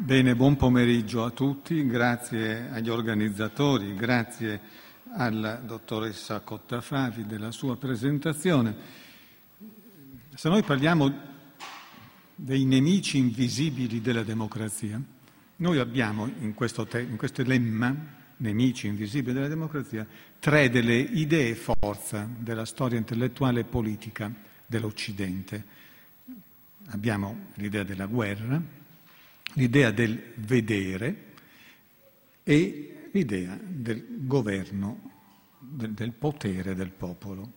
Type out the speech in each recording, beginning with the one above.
Bene, buon pomeriggio a tutti, grazie agli organizzatori, grazie alla dottoressa Cottafavi della sua presentazione. Se noi parliamo dei nemici invisibili della democrazia, noi abbiamo in questo lemma, nemici invisibili della democrazia, tre delle idee forza della storia intellettuale e politica dell'Occidente. Abbiamo l'idea della guerra, l'idea del vedere e l'idea del governo, del potere del popolo.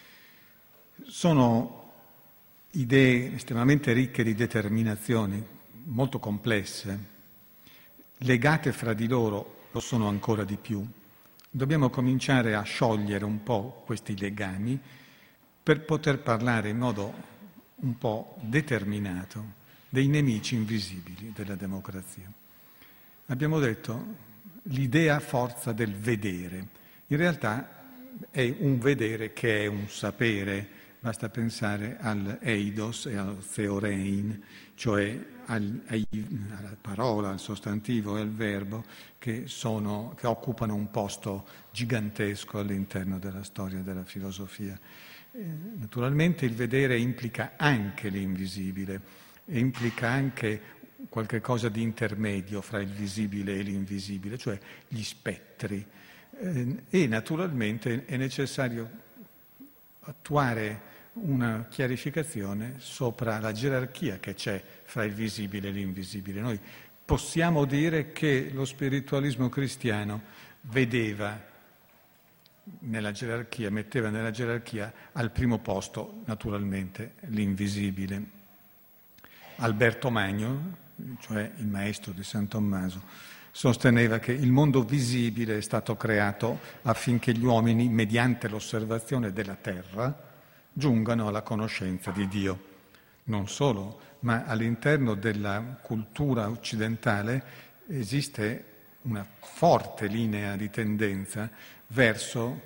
Sono idee estremamente ricche di determinazioni, molto complesse, legate fra di loro, lo sono ancora di più. Dobbiamo cominciare a sciogliere un po' questi legami per poter parlare in modo un po' determinato dei nemici invisibili della democrazia. Abbiamo detto l'idea forza del vedere. In realtà è un vedere che è un sapere, basta pensare all'eidos e al theorein, cioè alla parola, al sostantivo e al verbo che occupano un posto gigantesco all'interno della storia della filosofia. Naturalmente il vedere implica anche l'invisibile, e implica anche qualche cosa di intermedio fra il visibile e l'invisibile, cioè gli spettri. E naturalmente è necessario attuare una chiarificazione sopra la gerarchia che c'è fra il visibile e l'invisibile. Noi possiamo dire che lo spiritualismo cristiano metteva nella gerarchia al primo posto naturalmente l'invisibile. Alberto Magno, cioè il maestro di San Tommaso, sosteneva che il mondo visibile è stato creato affinché gli uomini, mediante l'osservazione della terra, giungano alla conoscenza di Dio. Non solo, ma all'interno della cultura occidentale esiste una forte linea di tendenza verso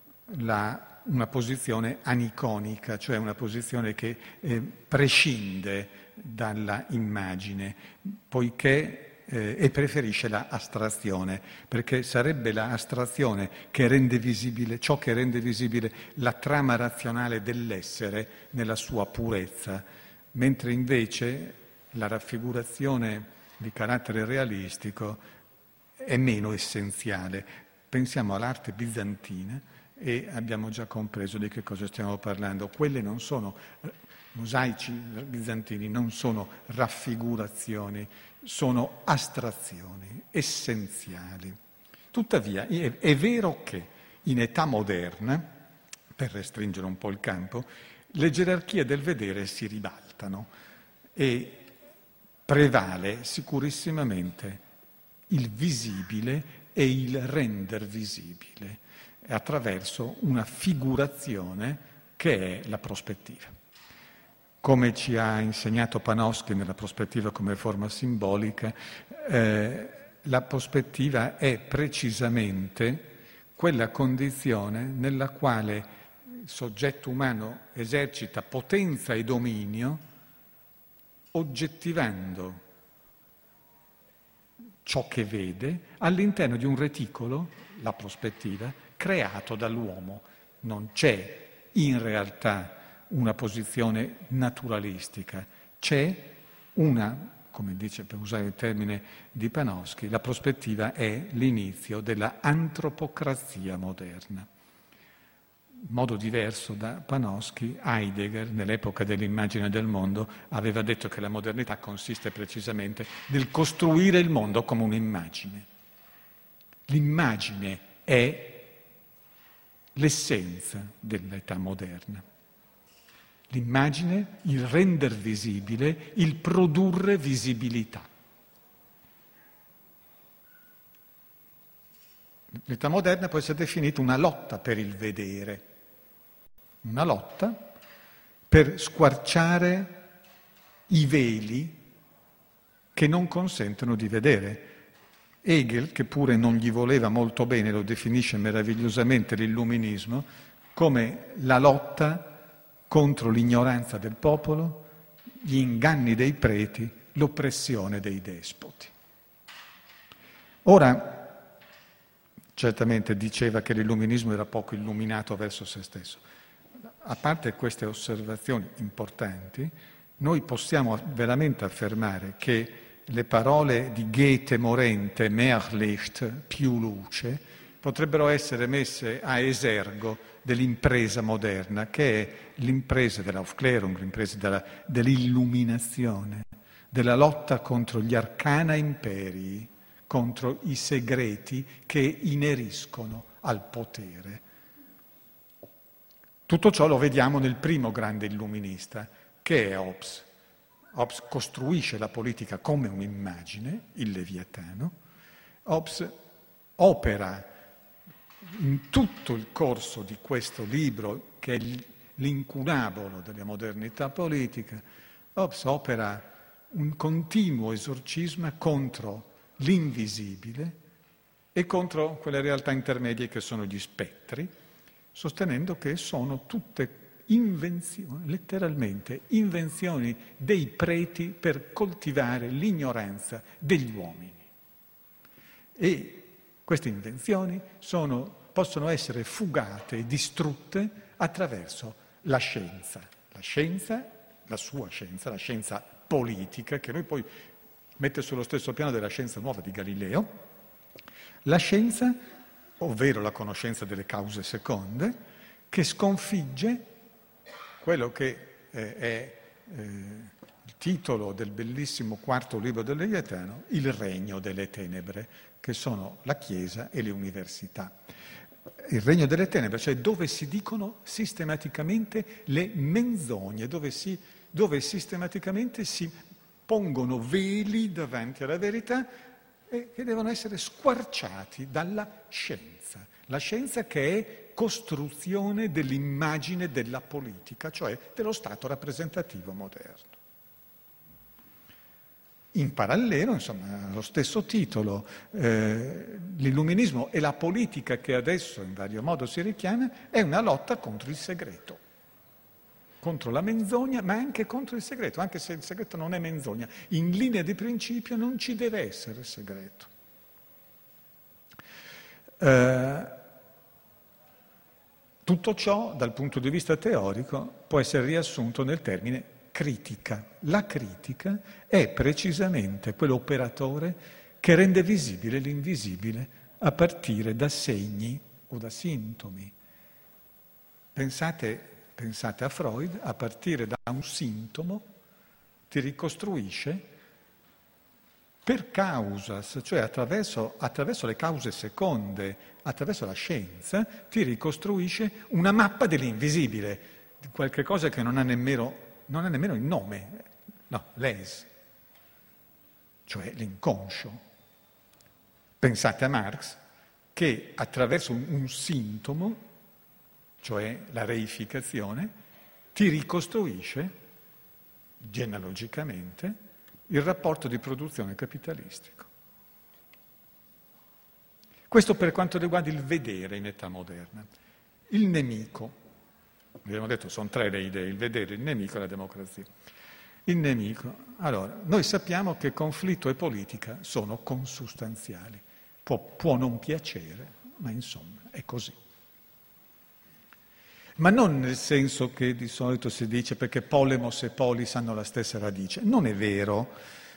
una posizione aniconica, cioè una posizione che prescinde dalla immagine, poiché e preferisce la astrazione, perché sarebbe la astrazione che rende visibile, ciò che rende visibile la trama razionale dell'essere nella sua purezza, mentre invece la raffigurazione di carattere realistico è meno essenziale. Pensiamo all'arte bizantina e abbiamo già compreso di che cosa stiamo parlando. Quelle non sono mosaici bizantini, non sono raffigurazioni, sono astrazioni essenziali. Tuttavia è vero che in età moderna, per restringere un po' il campo, le gerarchie del vedere si ribaltano e prevale sicurissimamente il visibile e il render visibile attraverso una figurazione che è la prospettiva. Come ci ha insegnato Panofsky nella prospettiva come forma simbolica, la prospettiva è precisamente quella condizione nella quale il soggetto umano esercita potenza e dominio oggettivando ciò che vede all'interno di un reticolo, la prospettiva, creato dall'uomo. Non c'è in realtà una posizione naturalistica, c'è come dice, per usare il termine di Panofsky, la prospettiva è l'inizio della antropocrazia moderna. In modo diverso da Panofsky, Heidegger, nell'epoca dell'immagine del mondo, aveva detto che la modernità consiste precisamente nel costruire il mondo come un'immagine. L'immagine è l'essenza dell'età moderna. L'immagine, il render visibile, il produrre visibilità. L'età moderna può essere definita una lotta per il vedere, una lotta per squarciare i veli che non consentono di vedere. Hegel, che pure non gli voleva molto bene, lo definisce meravigliosamente l'illuminismo, come la lotta contro l'ignoranza del popolo, gli inganni dei preti, l'oppressione dei despoti. Ora, certamente diceva che l'illuminismo era poco illuminato verso se stesso. A parte queste osservazioni importanti, noi possiamo veramente affermare che le parole di Goethe morente, mehr Licht, più luce, potrebbero essere messe a esergo dell'impresa moderna, che è l'impresa dell'Aufklärung, l'impresa dell'illuminazione, della lotta contro gli arcana imperii, contro i segreti che ineriscono al potere. Tutto ciò lo vediamo nel primo grande illuminista, che è Hobbes. Hobbes costruisce la politica come un'immagine, il Leviatano. Hobbes opera in tutto il corso di questo libro, che è l'incunabolo della modernità politica. Hobbes opera un continuo esorcismo contro l'invisibile e contro quelle realtà intermedie che sono gli spettri, sostenendo che sono tutte invenzioni, letteralmente invenzioni dei preti per coltivare l'ignoranza degli uomini. E queste invenzioni possono essere fugate e distrutte attraverso la scienza, la sua scienza, la scienza politica, che noi poi mette sullo stesso piano della scienza nuova di Galileo, la scienza, ovvero la conoscenza delle cause seconde, che sconfigge quello che è il titolo del bellissimo quarto libro del Leviatano, il regno delle tenebre, che sono la Chiesa e le università. Il regno delle tenebre, cioè dove si dicono sistematicamente le menzogne, dove sistematicamente si pongono veli davanti alla verità e che devono essere squarciati dalla scienza. La scienza che è costruzione dell'immagine della politica, cioè dello Stato rappresentativo moderno. In parallelo, insomma, allo stesso titolo, l'illuminismo e la politica che adesso in vario modo si richiama è una lotta contro il segreto, contro la menzogna, ma anche contro il segreto, anche se il segreto non è menzogna. In linea di principio non ci deve essere segreto. Tutto ciò, dal punto di vista teorico, può essere riassunto nel termine critica. La critica è precisamente quell'operatore che rende visibile l'invisibile a partire da segni o da sintomi. Pensate a Freud, a partire da un sintomo ti ricostruisce per causas, cioè attraverso le cause seconde, attraverso la scienza, ti ricostruisce una mappa dell'invisibile, di qualche cosa che non ha nemmeno il nome, no, l'es, cioè l'inconscio. Pensate a Marx, che attraverso un sintomo, cioè la reificazione, ti ricostruisce, genealogicamente, il rapporto di produzione capitalistico. Questo per quanto riguarda il vedere in età moderna. Il nemico, abbiamo detto sono tre le idee, il vedere, il nemico e la democrazia. Il nemico, allora, noi sappiamo che conflitto e politica sono consustanziali. Può non piacere, ma insomma è così. Ma non nel senso che di solito si dice perché polemos e polis hanno la stessa radice. Non è vero.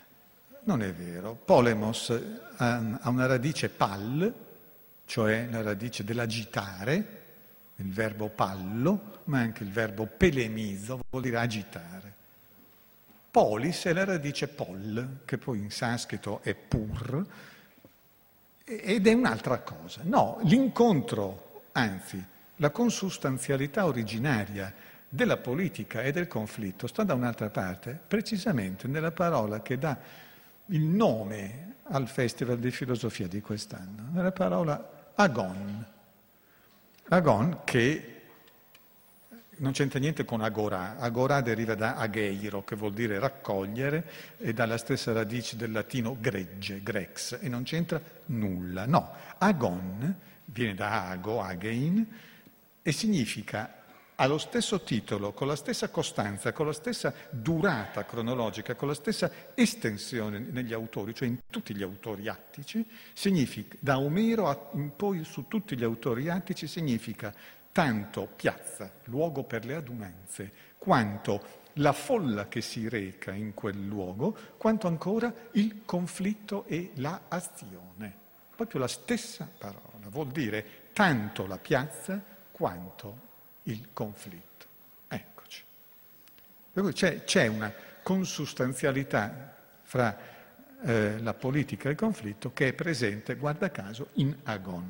Polemos ha una radice pal, cioè la radice dell'agitare, il verbo pallo, ma anche il verbo pelemizo, vuol dire agitare. Polis è la radice pol, che poi in sanscrito è pur, ed è un'altra cosa. No, l'incontro, anzi, la consustanzialità originaria della politica e del conflitto sta da un'altra parte, precisamente nella parola che dà il nome al Festival di Filosofia di quest'anno, nella parola agon. Agon che non c'entra niente con agorà. Agorà deriva da ageiro, che vuol dire raccogliere, e dalla stessa radice del latino gregge, grex, e non c'entra nulla. No, agon viene da ago, agein, e significa allo stesso titolo, con la stessa costanza, con la stessa durata cronologica, con la stessa estensione negli autori, cioè in tutti gli autori attici, significa, da Omero in poi su tutti gli autori attici, significa tanto piazza, luogo per le adunanze, quanto la folla che si reca in quel luogo, quanto ancora il conflitto e la azione. Proprio la stessa parola, vuol dire tanto la piazza quanto il conflitto. Eccoci. Per cui c'è una consustanzialità fra la politica e il conflitto che è presente, guarda caso, in Agon.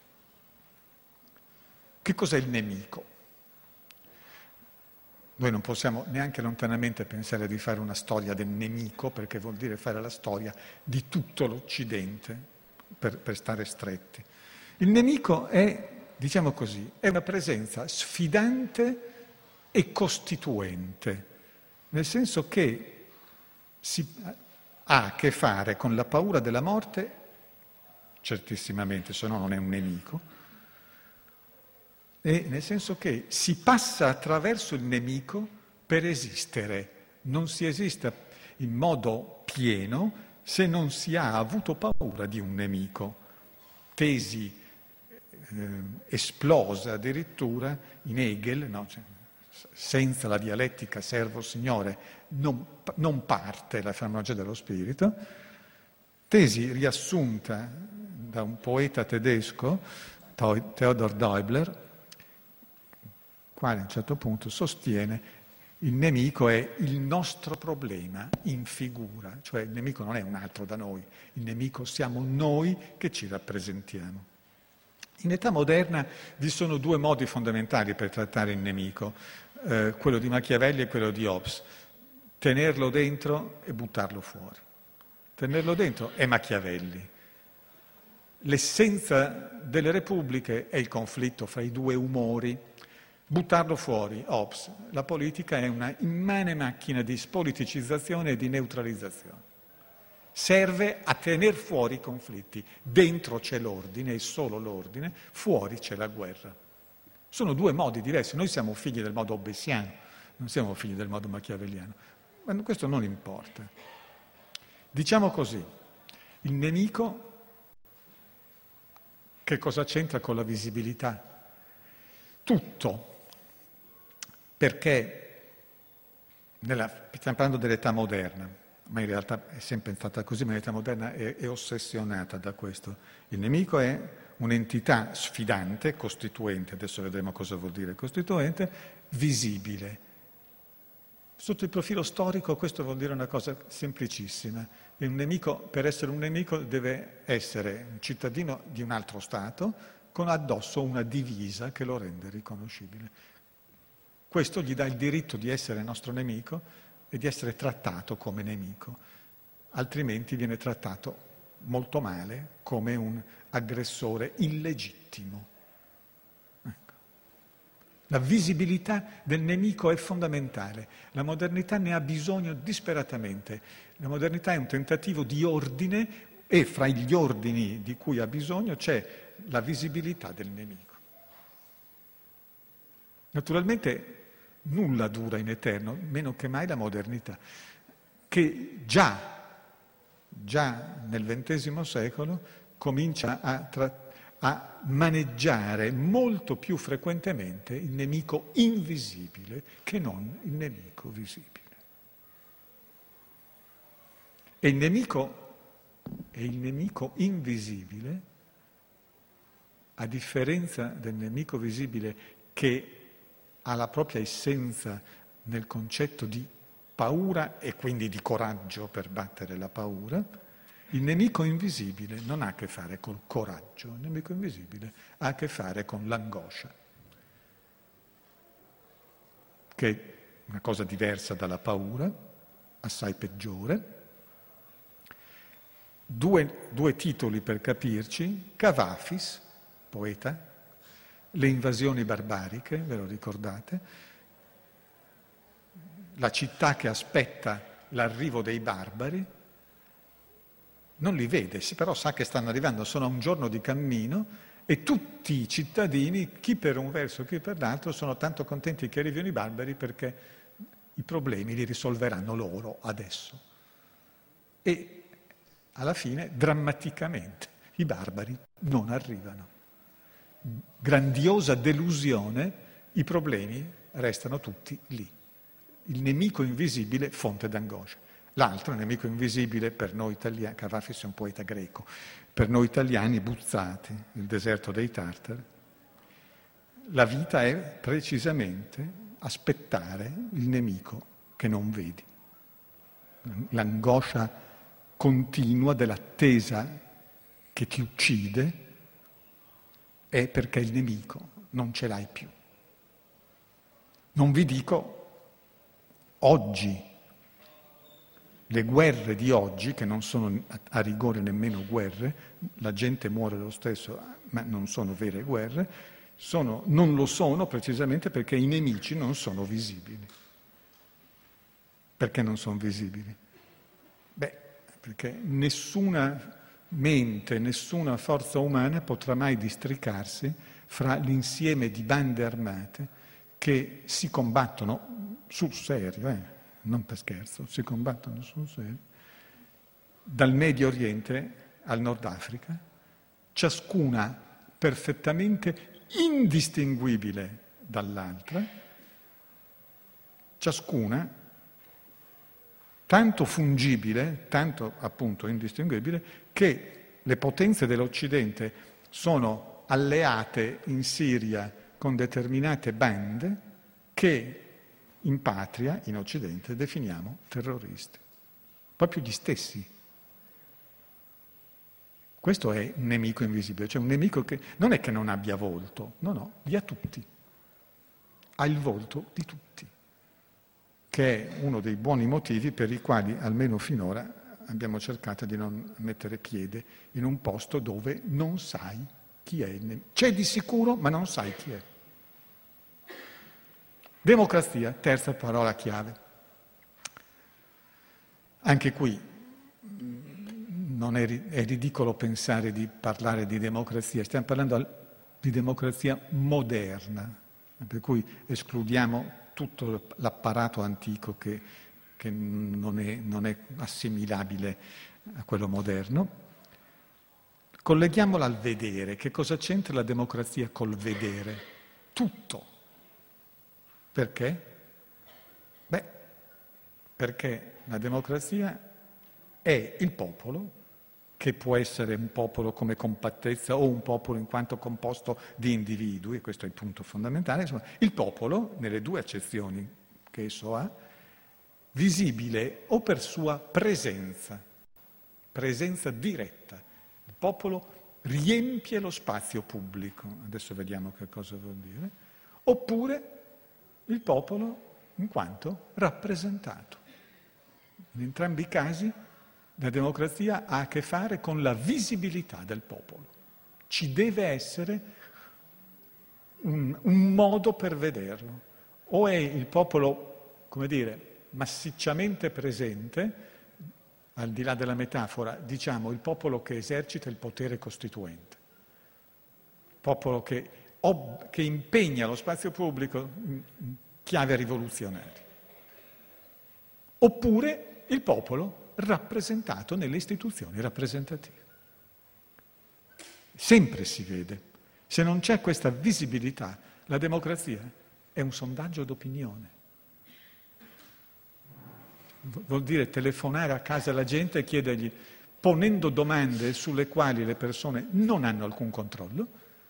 Che cos'è il nemico? Noi non possiamo neanche lontanamente pensare di fare una storia del nemico, perché vuol dire fare la storia di tutto l'Occidente, per stare stretti. Il nemico è, diciamo così, è una presenza sfidante e costituente, nel senso che ha a che fare con la paura della morte, certissimamente, se no non è un nemico, e nel senso che si passa attraverso il nemico per esistere. Non si esiste in modo pieno se non si ha avuto paura di un nemico. Tesi esplosa addirittura in Hegel, no? Cioè, senza la dialettica servo-signore non parte la farmacia dello spirito. Tesi riassunta da un poeta tedesco, Theodor Deubler, quale a un certo punto sostiene il nemico è il nostro problema in figura, cioè il nemico non è un altro da noi, il nemico siamo noi che ci rappresentiamo. In età moderna vi sono due modi fondamentali per trattare il nemico, quello di Machiavelli e quello di Hobbes: tenerlo dentro e buttarlo fuori. Tenerlo dentro è Machiavelli. L'essenza delle repubbliche è il conflitto fra i due umori. Buttarlo fuori, Hobbes. La politica è una immane macchina di spoliticizzazione e di neutralizzazione. Serve a tener fuori i conflitti. Dentro c'è l'ordine, e solo l'ordine, fuori c'è la guerra. Sono due modi diversi. Noi siamo figli del modo hobbesiano, non siamo figli del modo machiavelliano. Ma questo non importa. Diciamo così, il nemico che cosa c'entra con la visibilità? Tutto. Perché, stiamo parlando dell'età moderna, ma in realtà è sempre stata così, ma l'età moderna è ossessionata da questo. Il nemico è un'entità sfidante, costituente, adesso vedremo cosa vuol dire costituente, visibile. Sotto il profilo storico questo vuol dire una cosa semplicissima. Il nemico, per essere un nemico, deve essere un cittadino di un altro Stato con addosso una divisa che lo rende riconoscibile. Questo gli dà il diritto di essere nostro nemico e di essere trattato come nemico, altrimenti viene trattato molto male come un aggressore illegittimo. Ecco. La visibilità del nemico è fondamentale, la modernità ne ha bisogno disperatamente. La modernità è un tentativo di ordine e fra gli ordini di cui ha bisogno c'è la visibilità del nemico. Naturalmente nulla dura in eterno, meno che mai la modernità, che già nel XX secolo comincia a maneggiare molto più frequentemente il nemico invisibile che non il nemico visibile. E il nemico invisibile, a differenza del nemico visibile che ha la propria essenza nel concetto di paura e quindi di coraggio per battere la paura, il nemico invisibile non ha a che fare col coraggio, il nemico invisibile ha a che fare con l'angoscia, che è una cosa diversa dalla paura, assai peggiore. Due titoli per capirci: Cavafis, poeta, le invasioni barbariche, ve lo ricordate? La città che aspetta l'arrivo dei barbari, non li vede, però sa che stanno arrivando, sono a un giorno di cammino E tutti i cittadini, chi per un verso, chi per l'altro, sono tanto contenti che arrivino i barbari perché i problemi li risolveranno loro adesso. E alla fine, drammaticamente, i barbari non arrivano. Grandiosa delusione, i problemi restano tutti lì. Il nemico invisibile, fonte d'angoscia. L'altro nemico invisibile per noi italiani, Cavafis è un poeta greco, per noi italiani Buzzati, il deserto dei Tartari. La vita è precisamente aspettare il nemico che non vedi. L'angoscia continua dell'attesa che ti uccide è perché il nemico non ce l'hai più. Non vi dico oggi, le guerre di oggi, che non sono a rigore nemmeno guerre, la gente muore lo stesso, ma non sono vere guerre, non lo sono precisamente perché i nemici non sono visibili. Perché non sono visibili? Perché nessuna mente, nessuna forza umana potrà mai districarsi fra l'insieme di bande armate che si combattono sul serio, non per scherzo, si combattono sul serio, dal Medio Oriente al Nord Africa, ciascuna perfettamente indistinguibile dall'altra, ciascuna tanto fungibile, tanto appunto indistinguibile, che le potenze dell'Occidente sono alleate in Siria con determinate bande che in patria, in Occidente, definiamo terroristi. Proprio gli stessi. Questo è un nemico invisibile, cioè un nemico che non è che non abbia volto, no, li ha tutti. Ha il volto di tutti, che è uno dei buoni motivi per i quali, almeno finora, abbiamo cercato di non mettere piede in un posto dove non sai chi è il nemico. C'è di sicuro, ma non sai chi è. Democrazia, terza parola chiave. Anche qui non è ridicolo pensare di parlare di democrazia, stiamo parlando di democrazia moderna, per cui escludiamo tutto l'apparato antico che non è assimilabile a quello moderno. Colleghiamola al vedere. Che cosa c'entra la democrazia col vedere? Tutto. Perché? Perché la democrazia è il popolo, che può essere un popolo come compattezza o un popolo in quanto composto di individui, questo è il punto fondamentale, insomma, il popolo, nelle due accezioni che esso ha, visibile o per sua presenza diretta. Il popolo riempie lo spazio pubblico, adesso vediamo che cosa vuol dire, oppure il popolo in quanto rappresentato. In entrambi i casi la democrazia ha a che fare con la visibilità del popolo. Ci deve essere un modo per vederlo. O è il popolo, massicciamente presente, al di là della metafora, diciamo il popolo che esercita il potere costituente, il popolo che impegna lo spazio pubblico in chiave rivoluzionaria. Oppure il popolo rappresentato nelle istituzioni rappresentative. Sempre si vede. Se non c'è questa visibilità, la democrazia è un sondaggio d'opinione. Vuol dire telefonare a casa alla gente e chiedergli, ponendo domande sulle quali le persone non hanno alcun controllo,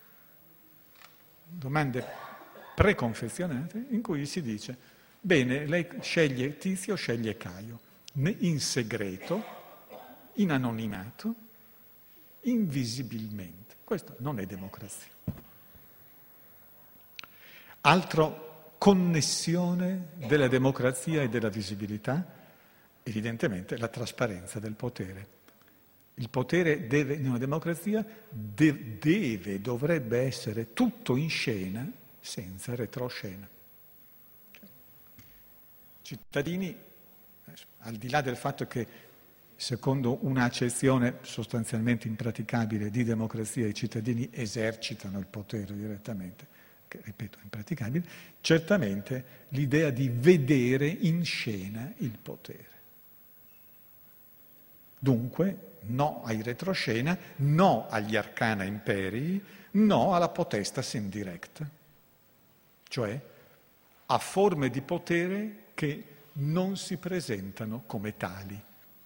domande preconfezionate, in cui si dice, bene, lei sceglie Tizio o sceglie Caio? In segreto, in anonimato, invisibilmente. Questo non è democrazia. Altro connessione della democrazia e della visibilità, evidentemente la trasparenza del potere. Il potere in una democrazia dovrebbe essere tutto in scena senza retroscena. Cittadini, al di là del fatto che secondo un'accezione sostanzialmente impraticabile di democrazia, i cittadini esercitano il potere direttamente, che ripeto è impraticabile, certamente l'idea di vedere in scena il potere. Dunque no ai retroscena, no agli arcana imperii, no alla potestas indirecta, cioè a forme di potere che non si presentano come tali.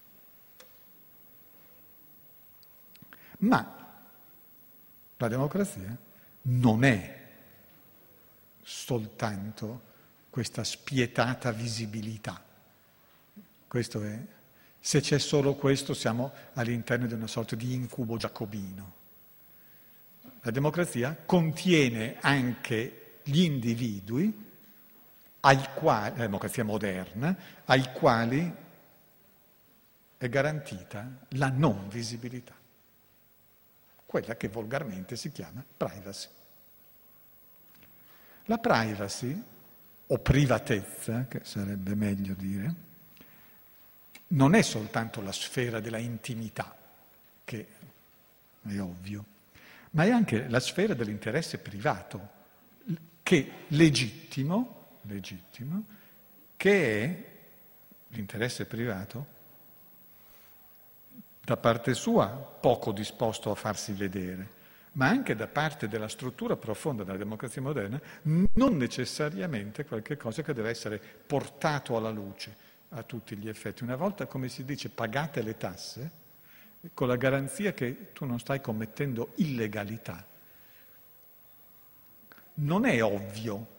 Ma la democrazia non è soltanto questa spietata visibilità. Questo è, se c'è solo questo siamo all'interno di una sorta di incubo giacobino. La democrazia contiene anche gli individui, la democrazia moderna, ai quali è garantita la non visibilità, quella che volgarmente si chiama privacy. La privacy, o privatezza, che sarebbe meglio dire, non è soltanto la sfera della intimità, che è ovvio, ma è anche la sfera dell'interesse privato, che legittimo, che è l'interesse privato, da parte sua poco disposto a farsi vedere, ma anche da parte della struttura profonda della democrazia moderna, non necessariamente qualche cosa che deve essere portato alla luce a tutti gli effetti. Una volta, come si dice, pagate le tasse, con la garanzia che tu non stai commettendo illegalità, non è ovvio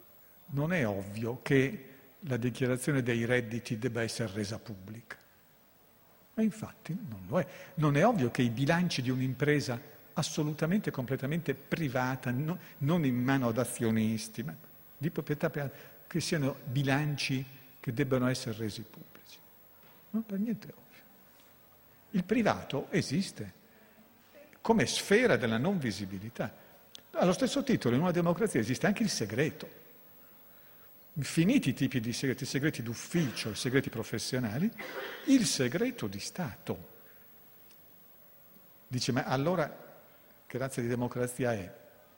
che la dichiarazione dei redditi debba essere resa pubblica. E infatti non lo è. Non è ovvio che i bilanci di un'impresa assolutamente, completamente privata, non in mano ad azionisti, ma di proprietà privata, che siano bilanci che debbano essere resi pubblici. Non per niente è ovvio. Il privato esiste come sfera della non visibilità. Allo stesso titolo, in una democrazia esiste anche il segreto. Infiniti tipi di segreti d'ufficio, segreti professionali, il segreto di Stato. Dice, ma allora che razza di democrazia è?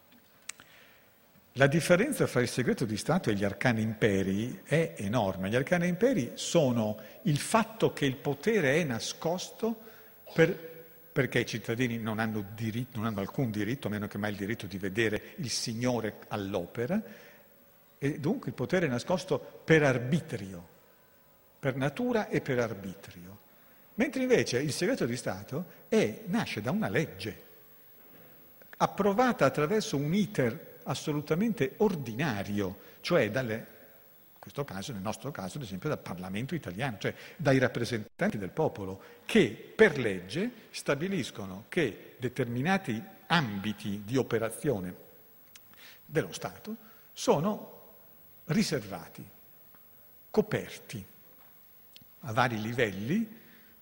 La differenza fra il segreto di Stato e gli arcani imperi è enorme. Gli arcani imperi sono il fatto che il potere è nascosto perché i cittadini non hanno alcun diritto, a meno che mai il diritto di vedere il Signore all'opera, e dunque il potere è nascosto per arbitrio, per natura e per arbitrio. Mentre invece il segreto di Stato nasce da una legge, approvata attraverso un iter assolutamente ordinario, cioè in questo caso, nel nostro caso, ad esempio, dal Parlamento italiano, cioè dai rappresentanti del popolo, che per legge stabiliscono che determinati ambiti di operazione dello Stato sono riservati, coperti a vari livelli,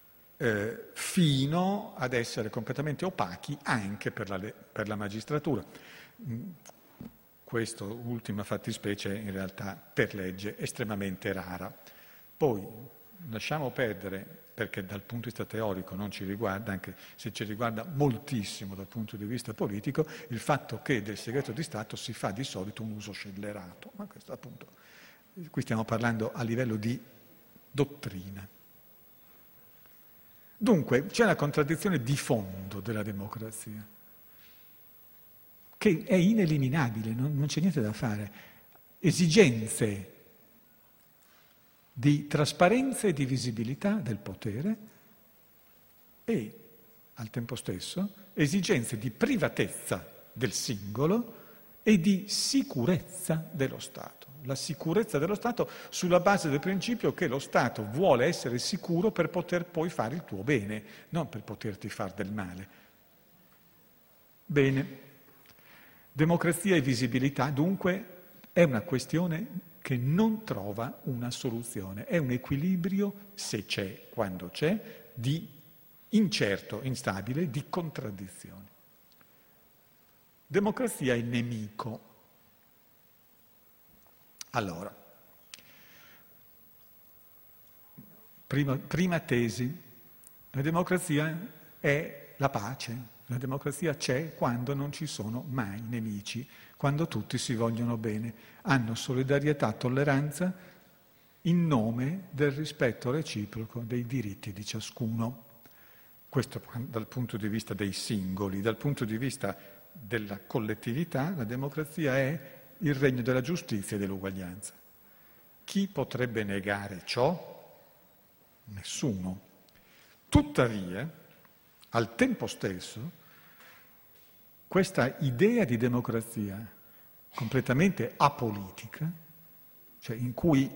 fino ad essere completamente opachi anche per la magistratura. Questa ultima fattispecie in realtà per legge estremamente rara. Poi lasciamo perdere, perché dal punto di vista teorico non ci riguarda, anche se ci riguarda moltissimo dal punto di vista politico, il fatto che del segreto di Stato si fa di solito un uso scellerato. Ma questo appunto, qui stiamo parlando a livello di dottrina. Dunque c'è una contraddizione di fondo della democrazia, che è ineliminabile, non c'è niente da fare. Esigenze di trasparenza e di visibilità del potere e, al tempo stesso, esigenze di privatezza del singolo e di sicurezza dello Stato. La sicurezza dello Stato sulla base del principio che lo Stato vuole essere sicuro per poter poi fare il tuo bene, non per poterti fare del male. Bene. Democrazia e visibilità, dunque, è una questione che non trova una soluzione, è un equilibrio, se c'è, quando c'è, di incerto, instabile, di contraddizioni. Democrazia è nemico. Allora, prima tesi, La democrazia è la pace, la democrazia c'è quando non ci sono mai nemici, quando tutti si vogliono bene, hanno solidarietà, tolleranza in nome del rispetto reciproco dei diritti di ciascuno. Questo dal punto di vista dei singoli, dal punto di vista della collettività, la democrazia è il regno della giustizia e dell'uguaglianza. Chi potrebbe negare ciò? Nessuno. Tuttavia, al tempo stesso, questa idea di democrazia completamente apolitica, cioè in cui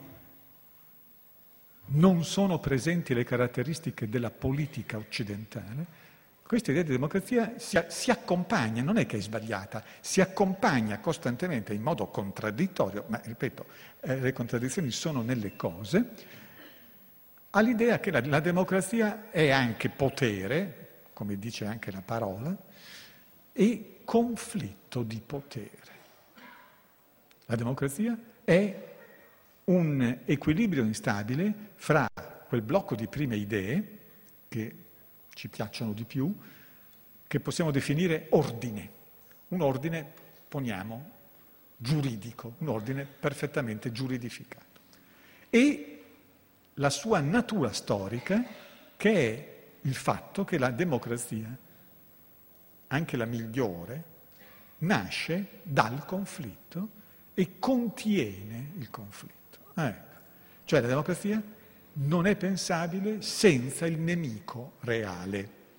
non sono presenti le caratteristiche della politica occidentale, questa idea di democrazia si accompagna, non è che è sbagliata, si accompagna costantemente in modo contraddittorio, ma ripeto, le contraddizioni sono nelle cose, all'idea che la democrazia è anche potere, come dice anche la parola, e conflitto di potere. La democrazia è un equilibrio instabile fra quel blocco di prime idee che ci piacciono di più, che possiamo definire ordine. Un ordine, poniamo, giuridico, un ordine perfettamente giuridificato. E la sua natura storica, che è il fatto che la democrazia, anche la migliore, nasce dal conflitto e contiene il conflitto. Ecco. Cioè la democrazia non è pensabile senza il nemico reale.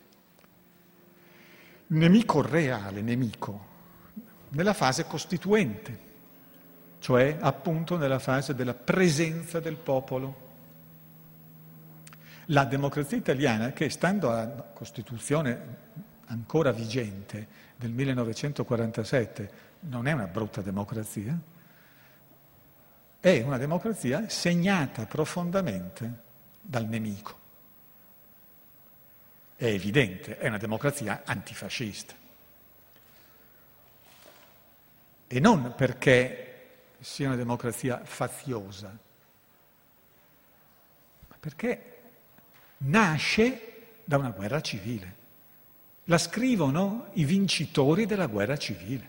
Il nemico reale, nella fase costituente, cioè appunto nella fase della presenza del popolo. La democrazia italiana, che stando alla Costituzione ancora vigente del 1947, non è una brutta democrazia, è una democrazia segnata profondamente dal nemico. È evidente, è una democrazia antifascista. E non perché sia una democrazia faziosa, ma perché nasce da una guerra civile. La scrivono i vincitori della guerra civile.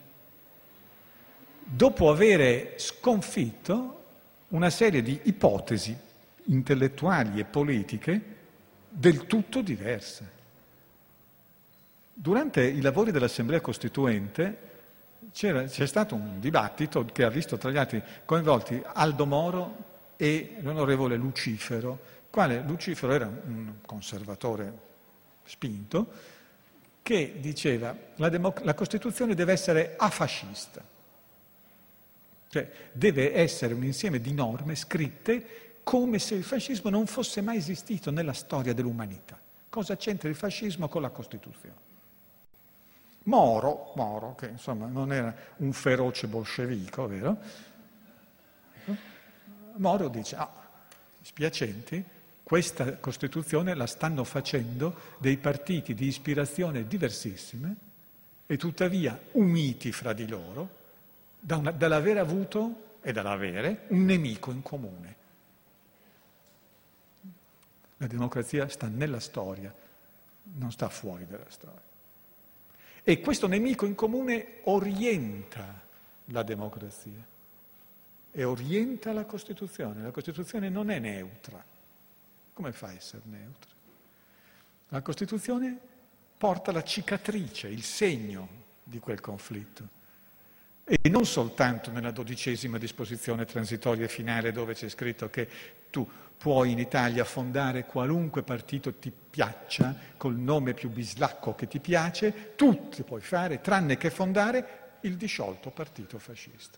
Dopo avere sconfitto una serie di ipotesi intellettuali e politiche del tutto diverse. Durante i lavori dell'Assemblea Costituente c'è stato un dibattito che ha visto tra gli altri coinvolti Aldo Moro e l'onorevole Lucifero, quale Lucifero era un conservatore spinto, che diceva la Costituzione deve essere afascista. Cioè deve essere un insieme di norme scritte come se il fascismo non fosse mai esistito nella storia dell'umanità. Cosa c'entra il fascismo con la Costituzione? Moro, che insomma non era un feroce bolscevico, vero? Moro dice, spiacenti, questa Costituzione la stanno facendo dei partiti di ispirazione diversissime e tuttavia uniti fra di loro, dall'aver avuto e dall'avere un nemico in comune. La democrazia sta nella storia, non sta fuori dalla storia. E questo nemico in comune orienta la democrazia e orienta la Costituzione. La Costituzione non è neutra. Come fa a essere neutra? La Costituzione porta la cicatrice, il segno di quel conflitto. E non soltanto nella 12ª disposizione transitoria e finale dove c'è scritto che tu puoi in Italia fondare qualunque partito ti piaccia, col nome più bislacco che ti piace, tutti puoi fare, tranne che fondare il disciolto partito fascista.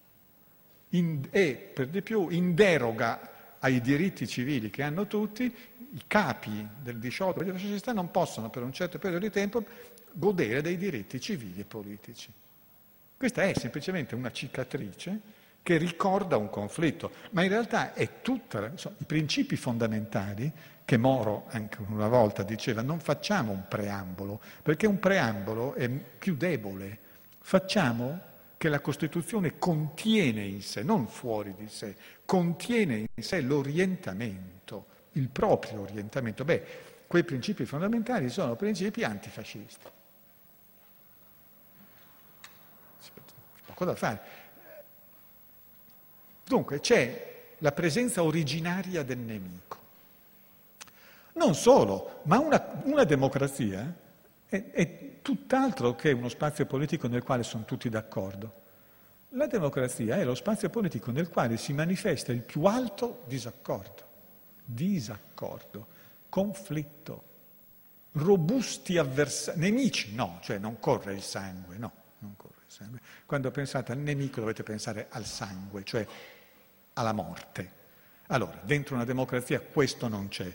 E per di più in deroga ai diritti civili che hanno tutti, i capi del disciolto partito fascista non possono per un certo periodo di tempo godere dei diritti civili e politici. Questa è semplicemente una cicatrice che ricorda un conflitto, ma in realtà è tutta, i principi fondamentali che Moro anche una volta diceva, non facciamo un preambolo, perché un preambolo è più debole, facciamo che la Costituzione contiene in sé, non fuori di sé, contiene in sé l'orientamento, il proprio orientamento. quei principi fondamentali sono principi antifascisti. C'è poco da fare. Dunque c'è la presenza originaria del nemico. Non solo, ma una democrazia è tutt'altro che uno spazio politico nel quale sono tutti d'accordo. La democrazia è lo spazio politico nel quale si manifesta il più alto disaccordo, conflitto, robusti avversari, nemici no, cioè non corre il sangue, no, non corre il sangue. Quando pensate al nemico dovete pensare al sangue, cioè alla morte. Allora, dentro una democrazia questo non c'è,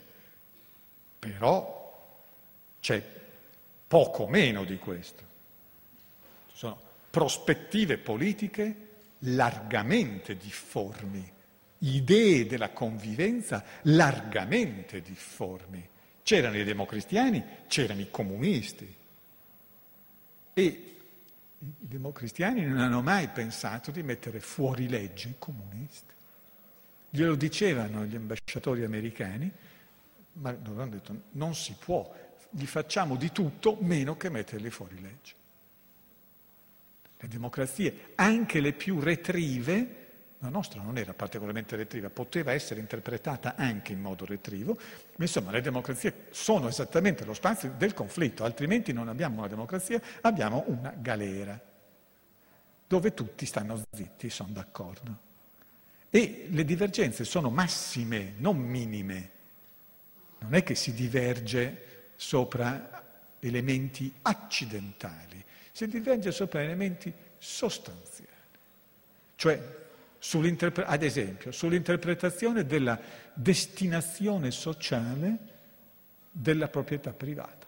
però c'è poco meno di questo. Ci sono prospettive politiche largamente difformi, idee della convivenza largamente difformi. C'erano i democristiani, c'erano i comunisti. E i democristiani non hanno mai pensato di mettere fuori legge i comunisti. Glielo dicevano gli ambasciatori americani, ma loro hanno detto non si può, gli facciamo di tutto meno che metterli fuori legge. Le democrazie, anche le più retrive, la nostra non era particolarmente retriva, poteva essere interpretata anche in modo retrivo, ma insomma le democrazie sono esattamente lo spazio del conflitto, altrimenti non abbiamo una democrazia, abbiamo una galera, dove tutti stanno zitti, sono d'accordo. E le divergenze sono massime, non minime. Non è che si diverge sopra elementi accidentali, si diverge sopra elementi sostanziali. Cioè, ad esempio, sull'interpretazione della destinazione sociale della proprietà privata.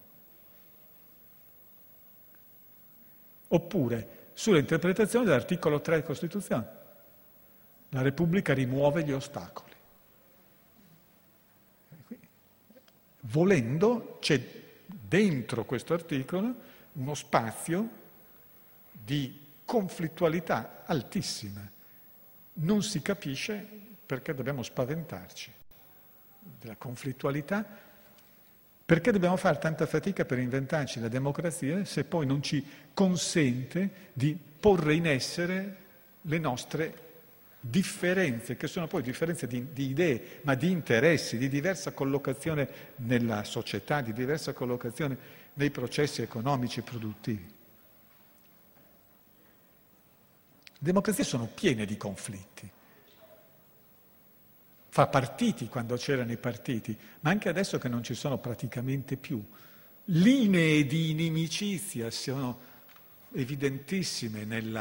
Oppure sull'interpretazione dell'articolo 3 della Costituzione. La Repubblica rimuove gli ostacoli. Volendo, c'è dentro questo articolo uno spazio di conflittualità altissima. Non si capisce perché dobbiamo spaventarci della conflittualità, perché dobbiamo fare tanta fatica per inventarci la democrazia se poi non ci consente di porre in essere le nostre differenze, che sono poi differenze di idee, ma di interessi, di diversa collocazione nella società, di diversa collocazione nei processi economici e produttivi. Le democrazie sono piene di conflitti. Fra partiti, quando c'erano i partiti, ma anche adesso che non ci sono praticamente più. Linee di inimicizia sono evidentissime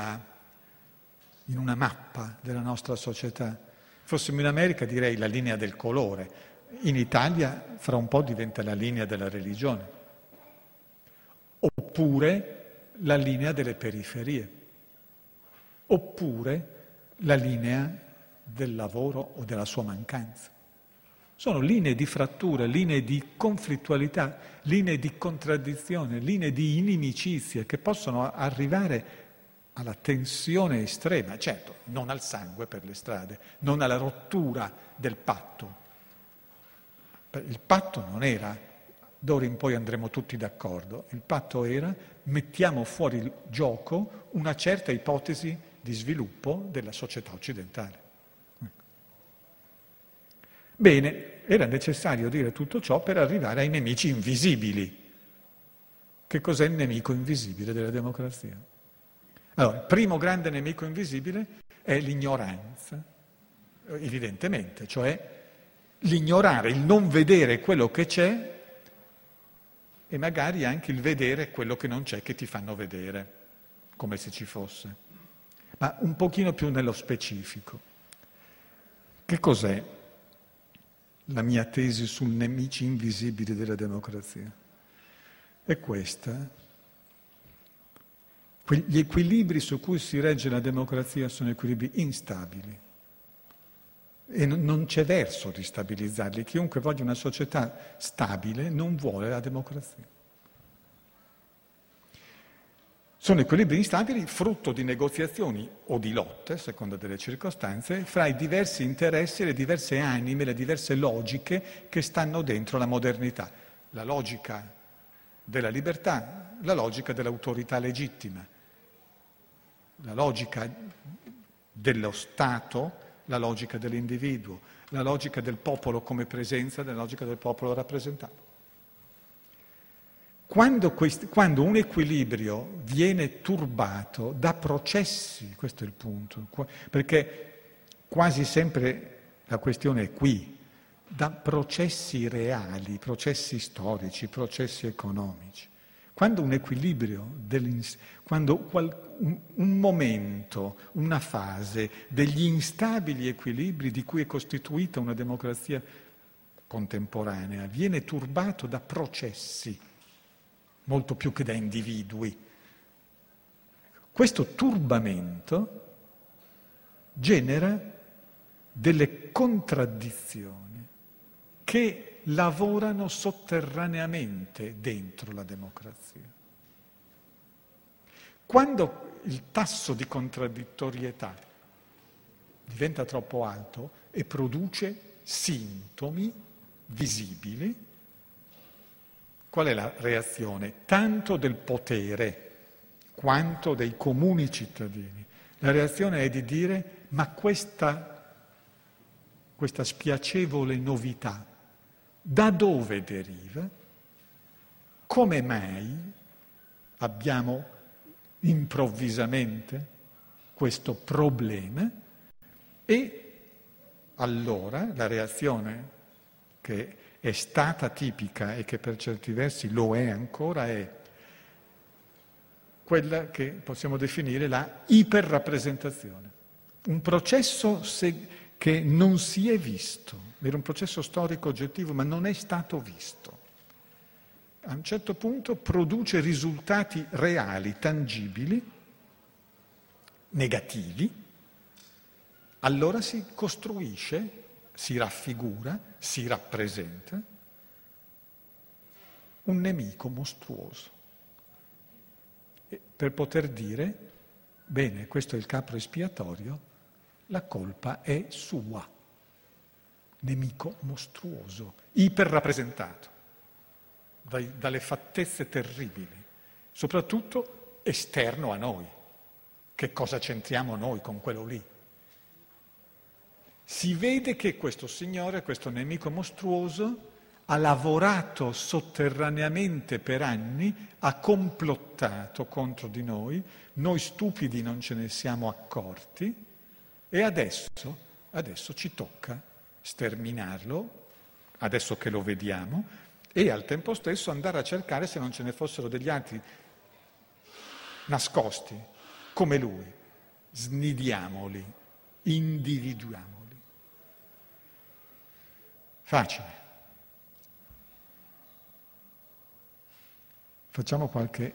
in una mappa della nostra società. Fossimo in America direi la linea del colore, in Italia fra un po' diventa la linea della religione, oppure la linea delle periferie, oppure la linea del lavoro o della sua mancanza. Sono linee di frattura, linee di conflittualità, linee di contraddizione, linee di inimicizia che possono arrivare alla tensione estrema, certo, non al sangue per le strade, non alla rottura del patto. Il patto non era d'ora in poi andremo tutti d'accordo, il patto era mettiamo fuori gioco una certa ipotesi di sviluppo della società occidentale. Bene, era necessario dire tutto ciò per arrivare ai nemici invisibili. Che cos'è il nemico invisibile della democrazia? Allora, il primo grande nemico invisibile è l'ignoranza, evidentemente, cioè l'ignorare, il non vedere quello che c'è e magari anche il vedere quello che non c'è che ti fanno vedere, come se ci fosse. Ma un pochino più nello specifico. Che cos'è la mia tesi sul nemici invisibili della democrazia? È questa. Gli equilibri su cui si regge la democrazia sono equilibri instabili e non c'è verso di stabilizzarli. Chiunque voglia una società stabile non vuole la democrazia. Sono equilibri instabili frutto di negoziazioni o di lotte, a seconda delle circostanze, fra i diversi interessi, le diverse anime, le diverse logiche che stanno dentro la modernità. La logica della libertà, la logica dell'autorità legittima, la logica dello Stato, la logica dell'individuo, la logica del popolo come presenza, la logica del popolo rappresentato. Quando un equilibrio viene turbato da processi, questo è il punto, perché quasi sempre la questione è qui, da processi reali, processi storici, processi economici. Quando un equilibrio, quando un momento, una fase degli instabili equilibri di cui è costituita una democrazia contemporanea viene turbato da processi, molto più che da individui. Questo turbamento genera delle contraddizioni che lavorano sotterraneamente dentro la democrazia. Quando il tasso di contraddittorietà diventa troppo alto e produce sintomi visibili, qual è la reazione? Tanto del potere quanto dei comuni cittadini. La reazione è di dire: ma questa spiacevole novità da dove deriva? Come mai abbiamo improvvisamente questo problema? E allora la reazione che è stata tipica e che per certi versi lo è ancora, è quella che possiamo definire la iperrappresentazione. Un processo che non si è visto, era un processo storico oggettivo, ma non è stato visto. A un certo punto produce risultati reali, tangibili, negativi, allora si costruisce, si raffigura, si rappresenta un nemico mostruoso. E per poter dire: bene, questo è il capro espiatorio, la colpa è sua. Nemico mostruoso, iperrappresentato, dalle fattezze terribili, soprattutto esterno a noi. Che cosa c'entriamo noi con quello lì? Si vede che questo signore, questo nemico mostruoso, ha lavorato sotterraneamente per anni, ha complottato contro di noi stupidi non ce ne siamo accorti, e adesso ci tocca sterminarlo, adesso che lo vediamo, e al tempo stesso andare a cercare se non ce ne fossero degli altri nascosti, come lui. Snidiamoli, individuamoli. Facile. Facciamo qualche...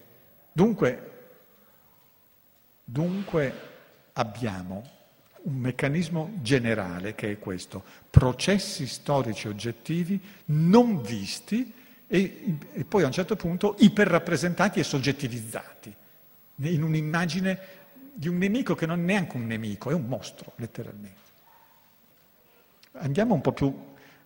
Dunque abbiamo un meccanismo generale che è questo: processi storici oggettivi non visti e poi a un certo punto iperrappresentati e soggettivizzati in un'immagine di un nemico che non è neanche un nemico, è un mostro, letteralmente. Andiamo un po' più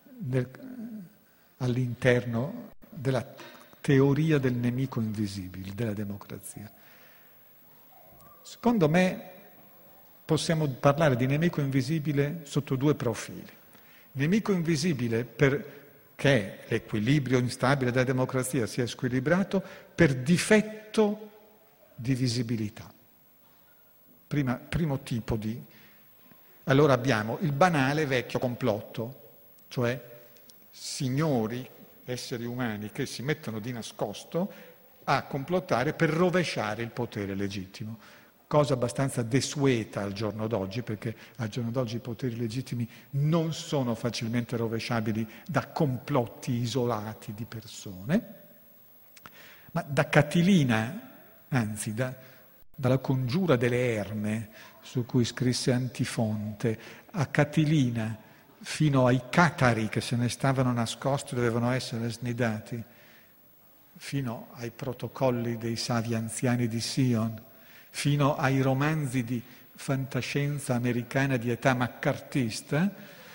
all'interno della teoria del nemico invisibile della democrazia. Secondo me possiamo parlare di nemico invisibile sotto due profili. Nemico invisibile perché l'equilibrio instabile della democrazia sia squilibrato per difetto di visibilità. Primo tipo di... Allora abbiamo il banale vecchio complotto, cioè signori, esseri umani che si mettono di nascosto a complottare per rovesciare il potere legittimo. Cosa abbastanza desueta al giorno d'oggi, perché al giorno d'oggi i poteri legittimi non sono facilmente rovesciabili da complotti isolati di persone, ma da Catilina, anzi dalla congiura delle Erme, su cui scrisse Antifonte, a Catilina, fino ai catari che se ne stavano nascosti, dovevano essere snidati. fino ai protocolli dei savi anziani di Sion, fino ai romanzi di fantascienza americana di età maccartista,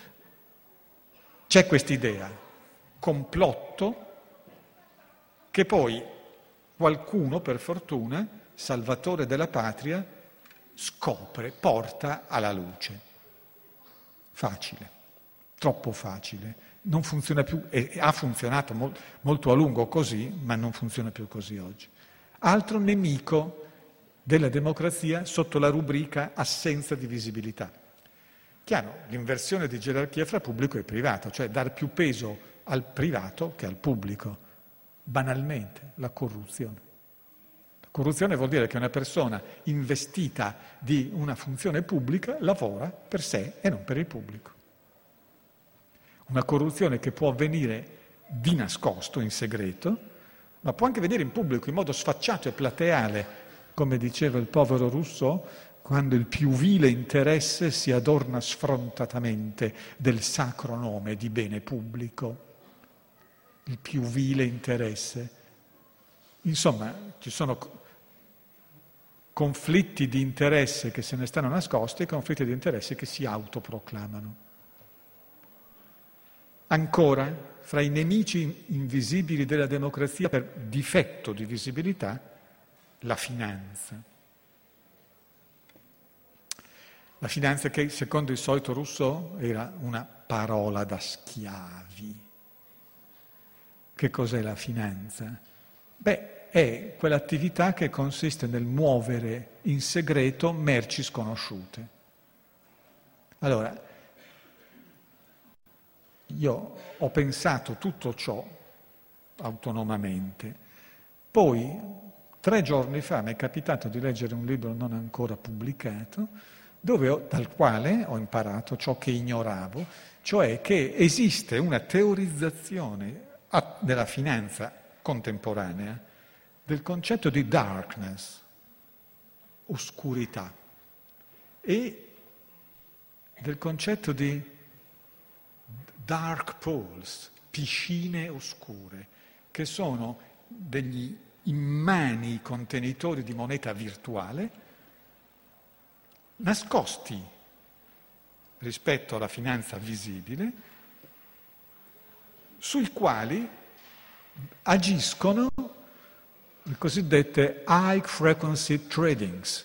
c'è quest'idea, complotto, che poi qualcuno, per fortuna, salvatore della patria, scopre, porta alla luce. Facile, troppo facile. Non funziona più, e ha funzionato molto a lungo così, ma non funziona più così oggi. Altro nemico della democrazia sotto la rubrica assenza di visibilità. Chiaro, l'inversione di gerarchia fra pubblico e privato, cioè dar più peso al privato che al pubblico. Banalmente, la corruzione. La corruzione vuol dire che una persona investita di una funzione pubblica lavora per sé e non per il pubblico. Una corruzione che può avvenire di nascosto, in segreto, ma può anche venire in pubblico in modo sfacciato e plateale, come diceva il povero Rousseau, quando il più vile interesse si adorna sfrontatamente del sacro nome di bene pubblico. Il più vile interesse. Insomma, ci sono conflitti di interesse che se ne stanno nascosti e conflitti di interesse che si autoproclamano. Ancora, fra i nemici invisibili della democrazia per difetto di visibilità, la finanza. La finanza che, secondo il solito Rousseau, era una parola da schiavi. Che cos'è la finanza? Beh, è quell'attività che consiste nel muovere in segreto merci sconosciute. Allora, io ho pensato tutto ciò autonomamente, poi 3 giorni fa mi è capitato di leggere un libro non ancora pubblicato, dal quale ho imparato ciò che ignoravo, cioè che esiste una teorizzazione della finanza contemporanea del concetto di darkness, oscurità, e del concetto di dark pools, piscine oscure, che sono degli immani contenitori di moneta virtuale nascosti rispetto alla finanza visibile, sui quali agiscono le cosiddette high frequency tradings,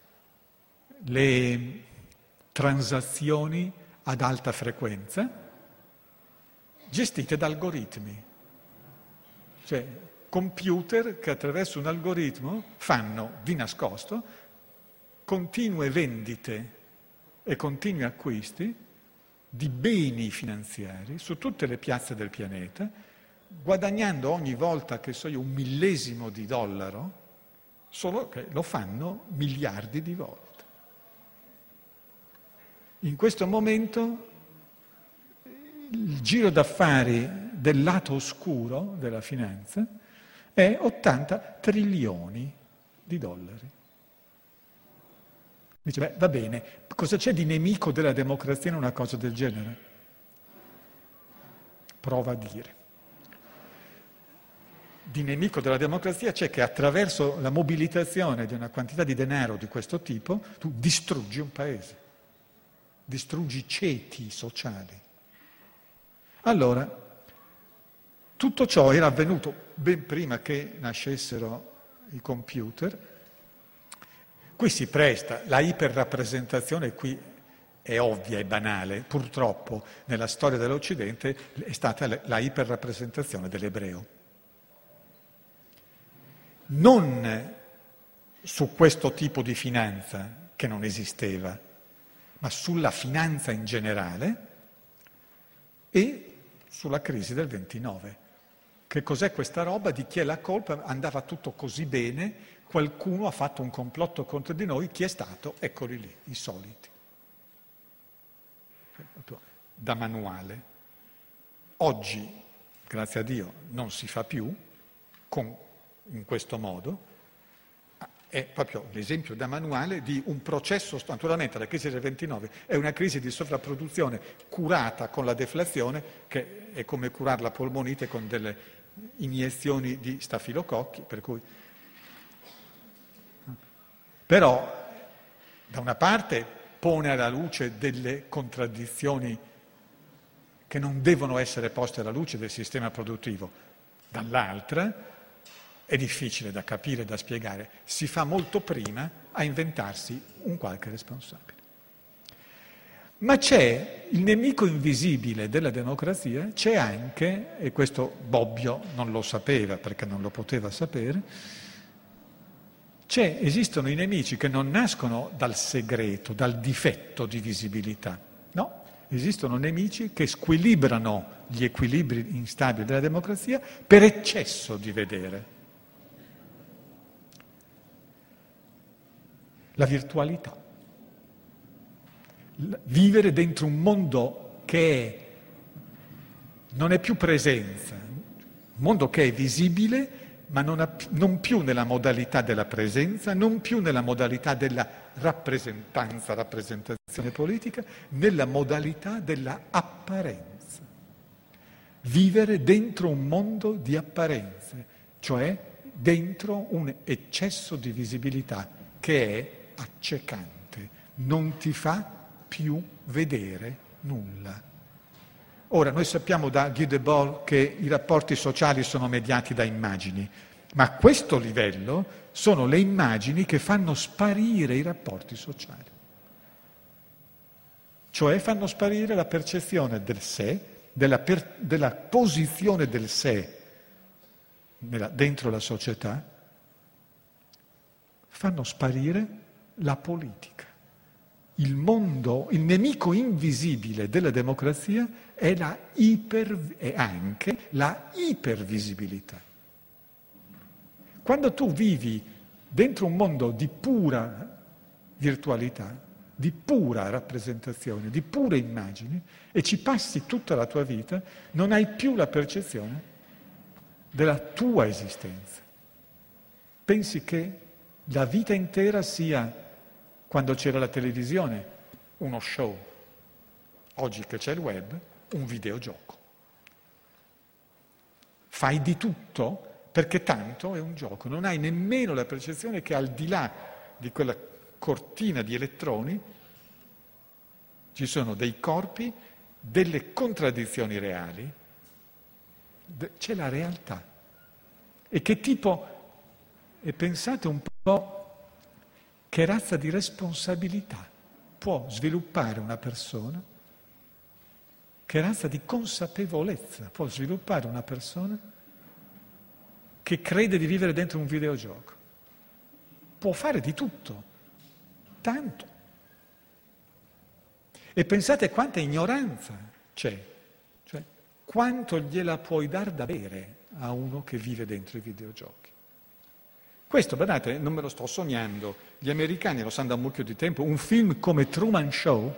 le transazioni ad alta frequenza gestite da algoritmi, cioè computer che attraverso un algoritmo fanno di nascosto continue vendite e continui acquisti di beni finanziari su tutte le piazze del pianeta, guadagnando ogni volta, che so io, $1 millesimo, solo che lo fanno miliardi di volte. In questo momento il giro d'affari del lato oscuro della finanza è 80 trilioni di dollari. Dice, beh, va bene, cosa c'è di nemico della democrazia in una cosa del genere? Prova a dire. Di nemico della democrazia c'è che attraverso la mobilitazione di una quantità di denaro di questo tipo tu distruggi un paese, distruggi ceti sociali. Allora, tutto ciò era avvenuto ben prima che nascessero i computer. Qui si presta, la iperrappresentazione qui è ovvia e banale, purtroppo nella storia dell'Occidente è stata la iperrappresentazione dell'ebreo. Non su questo tipo di finanza che non esisteva, ma sulla finanza in generale e sulla crisi del 29. Che cos'è questa roba? Di chi è la colpa? Andava tutto così bene, qualcuno ha fatto un complotto contro di noi, chi è stato? Eccoli lì, i soliti. Da manuale. Oggi, grazie a Dio, non si fa più in questo modo. è proprio l'esempio da manuale di un processo, naturalmente la crisi del 29 è una crisi di sovrapproduzione curata con la deflazione, che è come curare la polmonite con delle iniezioni di stafilococchi, per cui... Però, da una parte, pone alla luce delle contraddizioni che non devono essere poste alla luce del sistema produttivo, dall'altra è difficile da capire, da spiegare, si fa molto prima a inventarsi un qualche responsabile. Ma c'è il nemico invisibile della democrazia, c'è anche, e questo Bobbio non lo sapeva perché non lo poteva sapere, esistono i nemici che non nascono dal segreto, dal difetto di visibilità, no? Esistono nemici che squilibrano gli equilibri instabili della democrazia per eccesso di vedere. La virtualità. Vivere dentro un mondo che non è più presenza, un mondo che è visibile, ma non più nella modalità della presenza, non più nella modalità della rappresentazione politica, nella modalità della apparenza. Vivere dentro un mondo di apparenze, cioè dentro un eccesso di visibilità che è accecante, non ti fa più vedere nulla. Ora, noi sappiamo da Guy Debord che i rapporti sociali sono mediati da immagini, ma a questo livello sono le immagini che fanno sparire i rapporti sociali. Cioè fanno sparire la percezione del sé, della posizione del sé dentro la società, fanno sparire la politica. Il mondo, il nemico invisibile della democrazia è anche la ipervisibilità. Quando tu vivi dentro un mondo di pura virtualità, di pura rappresentazione, di pure immagini, e ci passi tutta la tua vita, non hai più la percezione della tua esistenza. Pensi che la vita intera sia, quando c'era la televisione, uno show. Oggi che c'è il web, un videogioco. Fai di tutto perché tanto è un gioco. Non hai nemmeno la percezione che al di là di quella cortina di elettroni ci sono dei corpi, delle contraddizioni reali, c'è la realtà. E che tipo, e pensate un po' che razza di responsabilità può sviluppare una persona, che razza di consapevolezza può sviluppare una persona che crede di vivere dentro un videogioco. Può fare di tutto, tanto. E pensate quanta ignoranza c'è, cioè quanto gliela puoi dar da bere a uno che vive dentro i videogiochi. Questo, guardate, non me lo sto sognando, gli americani lo sanno da un mucchio di tempo, un film come Truman Show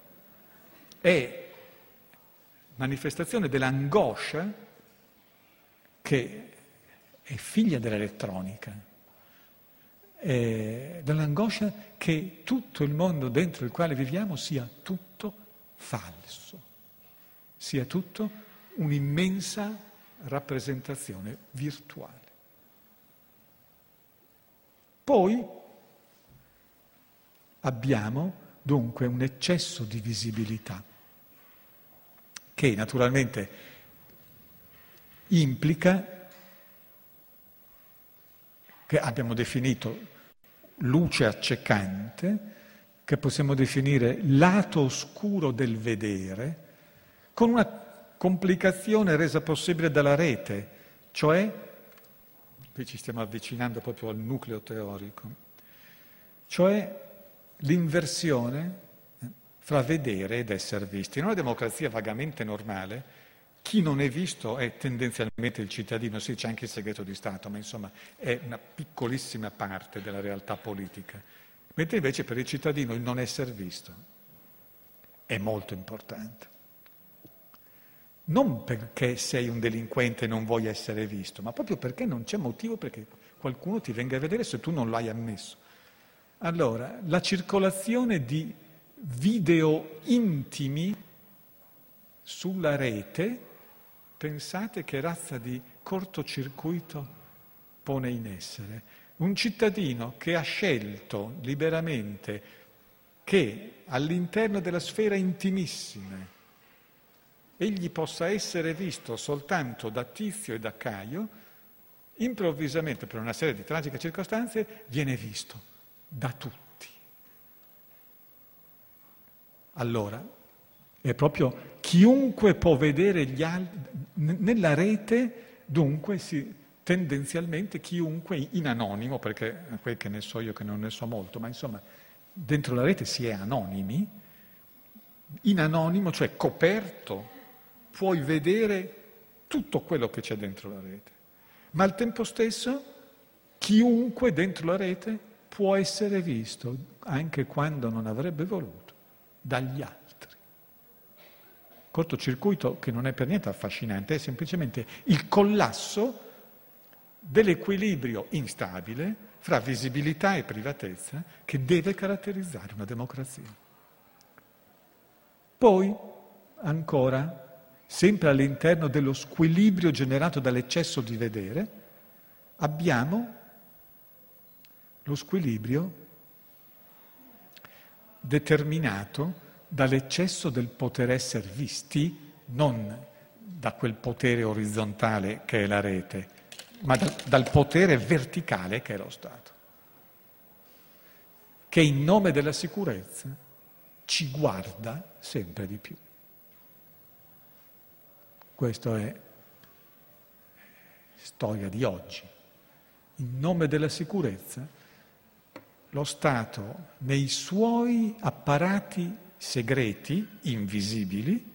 è manifestazione dell'angoscia che è figlia dell'elettronica, dell'angoscia che tutto il mondo dentro il quale viviamo sia tutto falso, sia tutto un'immensa rappresentazione virtuale. Poi abbiamo dunque un eccesso di visibilità che naturalmente implica, che abbiamo definito luce accecante, che possiamo definire lato oscuro del vedere, con una complicazione resa possibile dalla rete, cioè, qui ci stiamo avvicinando proprio al nucleo teorico, cioè l'inversione fra vedere ed essere visti. In una democrazia vagamente normale, chi non è visto è tendenzialmente il cittadino, sì, c'è anche il segreto di Stato, ma insomma è una piccolissima parte della realtà politica. Mentre invece per il cittadino il non essere visto è molto importante. non perché sei un delinquente e non vuoi essere visto, ma proprio perché non c'è motivo perché qualcuno ti venga a vedere se tu non l'hai ammesso. Allora, la circolazione di video intimi sulla rete, pensate che razza di cortocircuito pone in essere. Un cittadino che ha scelto liberamente che all'interno della sfera intimissima egli possa essere visto soltanto da Tizio e da Caio, improvvisamente, per una serie di tragiche circostanze, viene visto da tutti. Allora, è proprio chiunque può vedere gli altri, nella rete, dunque, tendenzialmente chiunque in anonimo, perché quel che ne so io che non ne so molto, ma insomma, dentro la rete si è anonimi, in anonimo, cioè coperto, puoi vedere tutto quello che c'è dentro la rete, ma al tempo stesso chiunque dentro la rete può essere visto, anche quando non avrebbe voluto, dagli altri. Cortocircuito che non è per niente affascinante, è semplicemente il collasso dell'equilibrio instabile fra visibilità e privatezza che deve caratterizzare una democrazia. Poi, ancora, sempre all'interno dello squilibrio generato dall'eccesso di vedere, abbiamo lo squilibrio determinato dall'eccesso del poter essere visti, non da quel potere orizzontale che è la rete, ma dal potere verticale che è lo Stato, che in nome della sicurezza ci guarda sempre di più. Questa è storia di oggi. In nome della sicurezza, lo Stato, nei suoi apparati segreti, invisibili,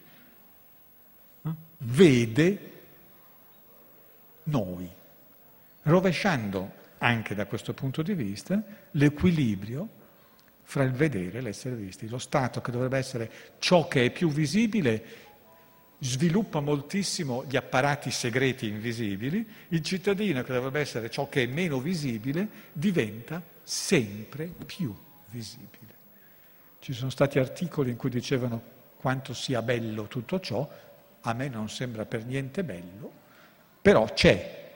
vede noi, rovesciando anche da questo punto di vista l'equilibrio fra il vedere e l'essere visti. Lo Stato, che dovrebbe essere ciò che è più visibile, sviluppa moltissimo gli apparati segreti invisibili, il cittadino, che dovrebbe essere ciò che è meno visibile, diventa sempre più visibile. Ci sono stati articoli in cui dicevano quanto sia bello tutto ciò, a me non sembra per niente bello, però c'è.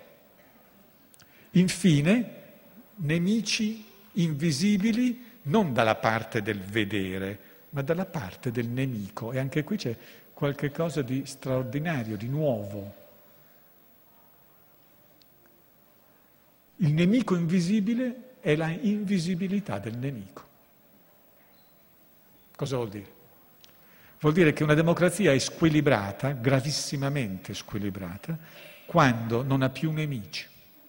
Infine, nemici invisibili non dalla parte del vedere, ma dalla parte del nemico. E anche qui c'è qualche cosa di straordinario, di nuovo. Il nemico invisibile è la invisibilità del nemico. Cosa vuol dire? Vuol dire che una democrazia è squilibrata, gravissimamente squilibrata, quando non ha più nemici,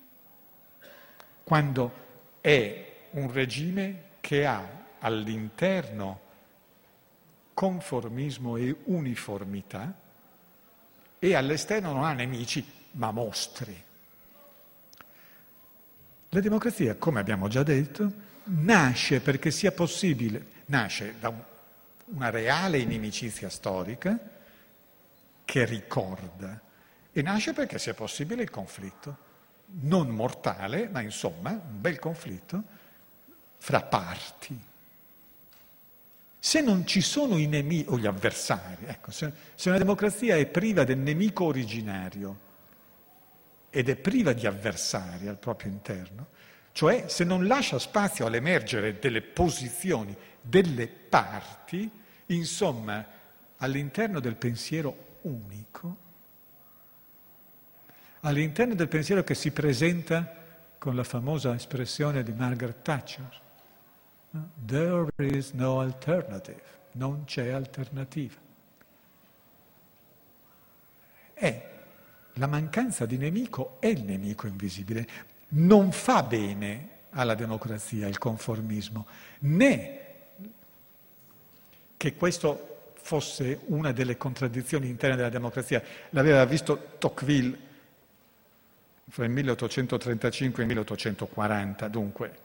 quando è un regime che ha all'interno conformismo e uniformità e all'esterno non ha nemici ma mostri. La democrazia, come abbiamo già detto, nasce perché sia possibile, nasce da una reale inimicizia storica che ricorda e nasce perché sia possibile il conflitto, non mortale, ma insomma un bel conflitto fra parti. Se non ci sono i nemici o gli avversari, ecco, se una democrazia è priva del nemico originario ed è priva di avversari al proprio interno, cioè se non lascia spazio all'emergere delle posizioni, delle parti, insomma, all'interno del pensiero unico, all'interno del pensiero che si presenta con la famosa espressione di Margaret Thatcher, there is no alternative, non c'è alternativa. La mancanza di nemico è il nemico invisibile. Non fa bene alla democrazia il conformismo, né che questo fosse una delle contraddizioni interne della democrazia. L'aveva visto Tocqueville fra il 1835 e il 1840, dunque.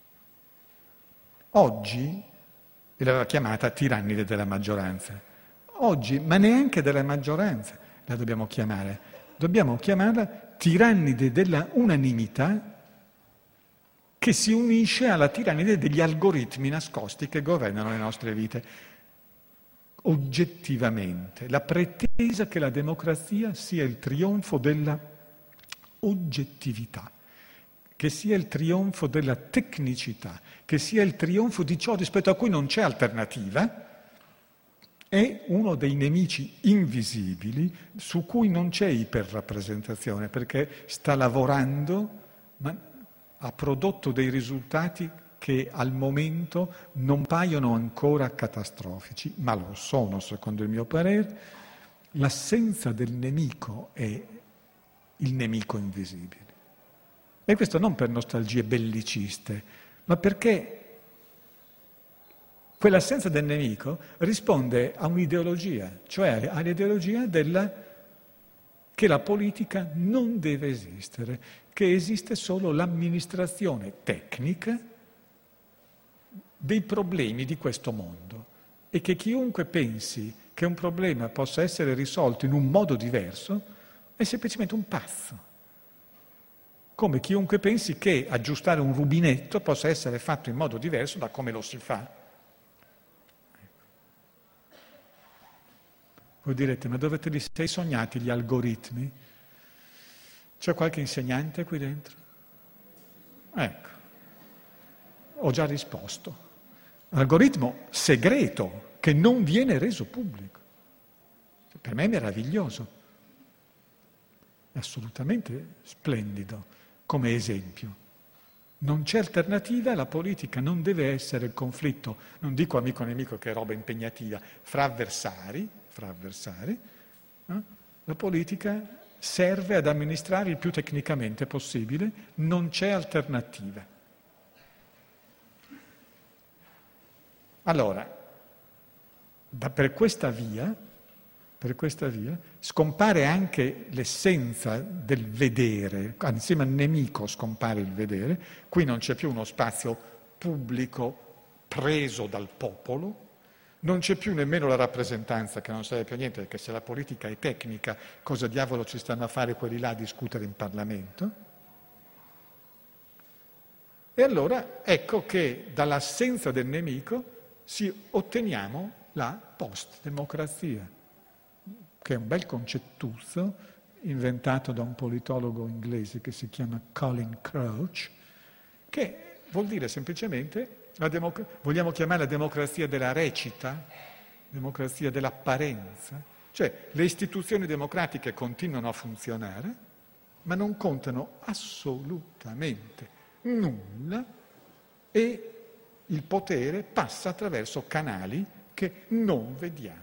Oggi l'aveva chiamata tirannide della maggioranza. oggi, ma neanche della maggioranza la dobbiamo chiamare. Dobbiamo chiamarla tirannide della unanimità che si unisce alla tirannide degli algoritmi nascosti che governano le nostre vite. Oggettivamente, la pretesa che la democrazia sia il trionfo della oggettività, che sia il trionfo della tecnicità, che sia il trionfo di ciò rispetto a cui non c'è alternativa, è uno dei nemici invisibili su cui non c'è iperrappresentazione, perché sta lavorando, ma ha prodotto dei risultati che al momento non paiono ancora catastrofici, ma lo sono, secondo il mio parere. L'assenza del nemico è il nemico invisibile. E questo non per nostalgie belliciste, ma perché quell'assenza del nemico risponde a un'ideologia, cioè all'ideologia che la politica non deve esistere, che esiste solo l'amministrazione tecnica dei problemi di questo mondo e che chiunque pensi che un problema possa essere risolto in un modo diverso è semplicemente un pazzo. Come chiunque pensi che aggiustare un rubinetto possa essere fatto in modo diverso da come lo si fa. Voi direte, ma dove te li sei sognati gli algoritmi? C'è qualche insegnante qui dentro? Ecco, ho già risposto. Algoritmo segreto che non viene reso pubblico. Per me è meraviglioso, è assolutamente splendido come esempio. Non c'è alternativa, la politica non deve essere il conflitto, non dico amico-nemico che è roba impegnativa, fra avversari, la politica serve ad amministrare il più tecnicamente possibile, non c'è alternativa. Allora, per questa via scompare anche l'essenza del vedere, insieme al nemico scompare il vedere, qui non c'è più uno spazio pubblico preso dal popolo, non c'è più nemmeno la rappresentanza, che non serve più a niente, perché se la politica è tecnica, cosa diavolo ci stanno a fare quelli là a discutere in Parlamento? E allora ecco che dall'assenza del nemico otteniamo la post-democrazia, che è un bel concettuzzo inventato da un politologo inglese che si chiama Colin Crouch, che vuol dire semplicemente, vogliamo chiamarla democrazia della recita, democrazia dell'apparenza, cioè le istituzioni democratiche continuano a funzionare, ma non contano assolutamente nulla e il potere passa attraverso canali che non vediamo.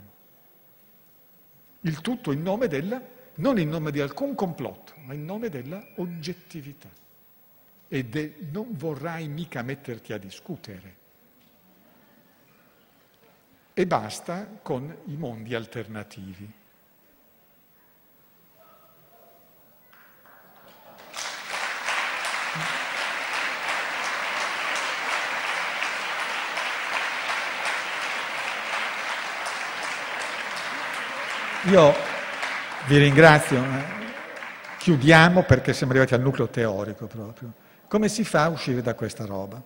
Il tutto in nome non in nome di alcun complotto, ma in nome della oggettività. Non vorrai mica metterti a discutere. E basta con i mondi alternativi. Io vi ringrazio, chiudiamo perché siamo arrivati al nucleo teorico proprio. Come si fa a uscire da questa roba?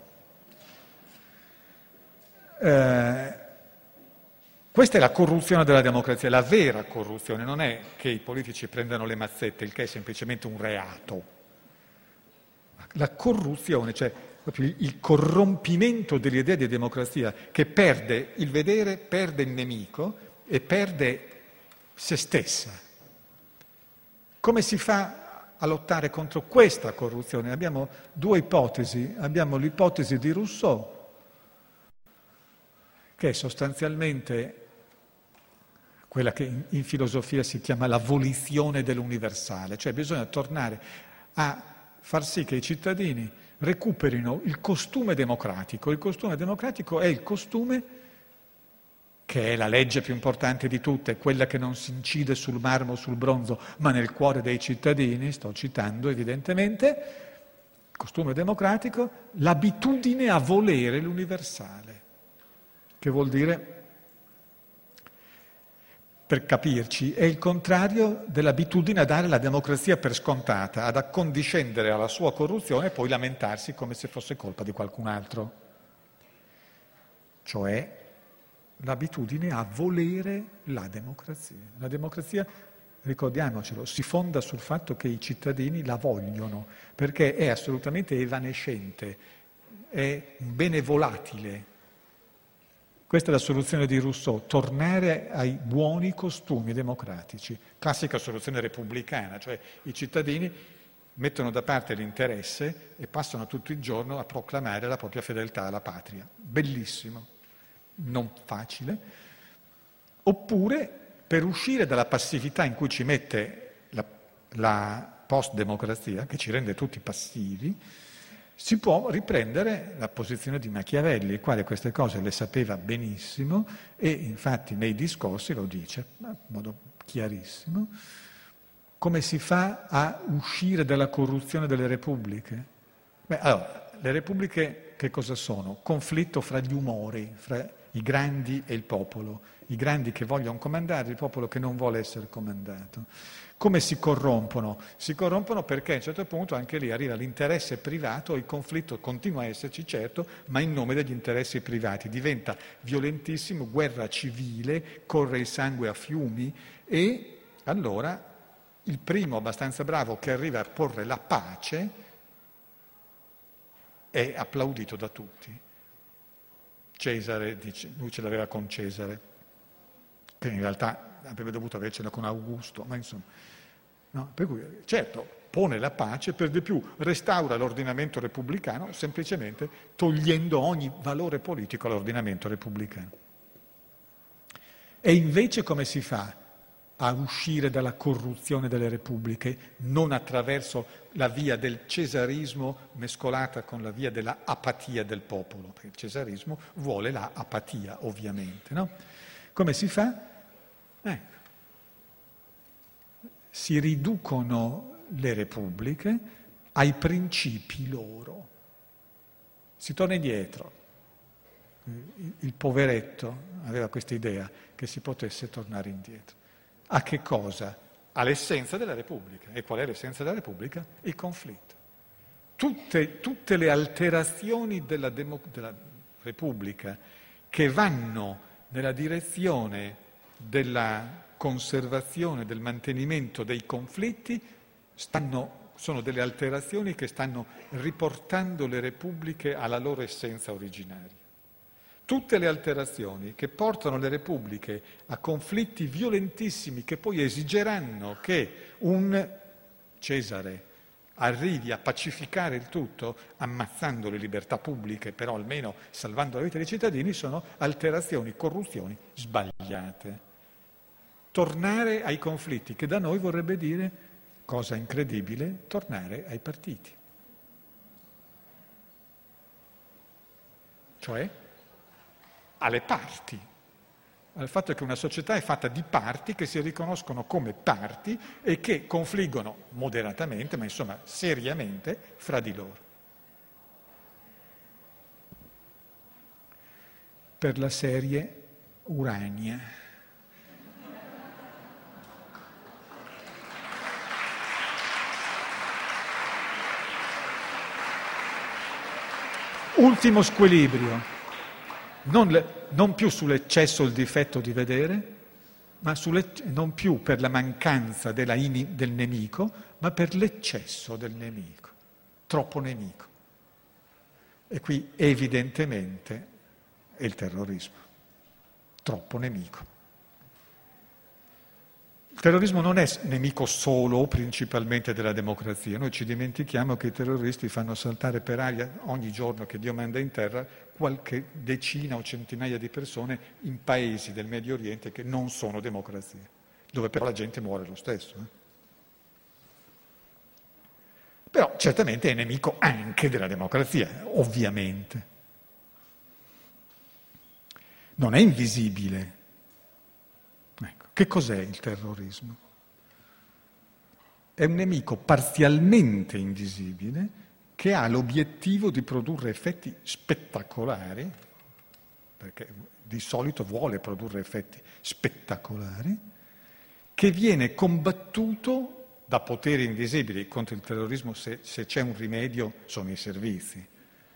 Questa è la corruzione della democrazia, la vera corruzione, non è che i politici prendano le mazzette, il che è semplicemente un reato. La corruzione, cioè proprio il corrompimento dell'idea di democrazia, che perde il vedere, perde il nemico e perde se stessa. Come si fa a lottare contro questa corruzione? Abbiamo due ipotesi. Abbiamo l'ipotesi di Rousseau, che è sostanzialmente quella che in filosofia si chiama la volizione dell'universale, cioè bisogna tornare a far sì che i cittadini recuperino il costume democratico. Il costume democratico è il costume che è la legge più importante di tutte, quella che non si incide sul marmo o sul bronzo, ma nel cuore dei cittadini, sto citando evidentemente, il costume democratico, l'abitudine a volere l'universale, che vuol dire per capirci, è il contrario dell'abitudine a dare la democrazia per scontata, ad accondiscendere alla sua corruzione e poi lamentarsi come se fosse colpa di qualcun altro. Cioè l'abitudine a volere la democrazia. La democrazia, ricordiamocelo, si fonda sul fatto che i cittadini la vogliono, perché è assolutamente evanescente, è un bene volatile. Questa è la soluzione di Rousseau, tornare ai buoni costumi democratici, classica soluzione repubblicana, cioè i cittadini mettono da parte l'interesse e passano tutto il giorno a proclamare la propria fedeltà alla patria. Bellissimo, non facile. Oppure, per uscire dalla passività in cui ci mette la post-democrazia, che ci rende tutti passivi, si può riprendere la posizione di Machiavelli, il quale queste cose le sapeva benissimo e infatti nei discorsi lo dice in modo chiarissimo. Come si fa a uscire dalla corruzione delle repubbliche? Allora, le repubbliche che cosa sono? Conflitto fra gli umori, fra i grandi e il popolo, i grandi che vogliono comandare, il popolo che non vuole essere comandato. Come si corrompono? Si corrompono perché a un certo punto anche lì arriva l'interesse privato, il conflitto continua a esserci certo, ma in nome degli interessi privati, diventa violentissimo, guerra civile, corre il sangue a fiumi e allora il primo abbastanza bravo che arriva a porre la pace è applaudito da tutti. Cesare, dice, lui ce l'aveva con Cesare, che in realtà avrebbe dovuto avercela con Augusto, ma insomma, no? Per cui, certo, pone la pace, per di più restaura l'ordinamento repubblicano, semplicemente togliendo ogni valore politico all'ordinamento repubblicano. E invece come si fa a uscire dalla corruzione delle repubbliche, non attraverso la via del cesarismo mescolata con la via della apatia del popolo, perché il cesarismo vuole la apatia, ovviamente, no? Come si fa? Si riducono le repubbliche ai principi loro. Si torna indietro. Il poveretto aveva questa idea che si potesse tornare indietro. A che cosa? All'essenza della Repubblica. E qual è l'essenza della Repubblica? Il conflitto. Tutte le alterazioni della Repubblica che vanno nella direzione della conservazione, del mantenimento dei conflitti, sono delle alterazioni che stanno riportando le repubbliche alla loro essenza originaria. Tutte le alterazioni che portano le repubbliche a conflitti violentissimi che poi esigeranno che un Cesare arrivi a pacificare il tutto, ammazzando le libertà pubbliche, però almeno salvando la vita dei cittadini, sono alterazioni, corruzioni sbagliate. Tornare ai conflitti, che da noi vorrebbe dire, cosa incredibile, tornare ai partiti. Cioè alle parti, al fatto che una società è fatta di parti che si riconoscono come parti e che confliggono moderatamente, ma insomma seriamente, fra di loro. Per la serie Urania. Ultimo squilibrio. Non più sull'eccesso o il difetto di vedere, ma non più per la mancanza del nemico, ma per l'eccesso del nemico, troppo nemico. E qui evidentemente è il terrorismo, troppo nemico. Il terrorismo non è nemico solo o principalmente della democrazia, noi ci dimentichiamo che i terroristi fanno saltare per aria ogni giorno che Dio manda in terra qualche decina o centinaia di persone in paesi del Medio Oriente che non sono democrazie, dove però la gente muore lo stesso. Però certamente è nemico anche della democrazia, ovviamente. Non è invisibile. Ecco, che cos'è il terrorismo? È un nemico parzialmente invisibile che ha l'obiettivo di produrre effetti spettacolari, perché di solito vuole produrre effetti spettacolari, che viene combattuto da poteri invisibili. Contro il terrorismo, se c'è un rimedio, sono i servizi,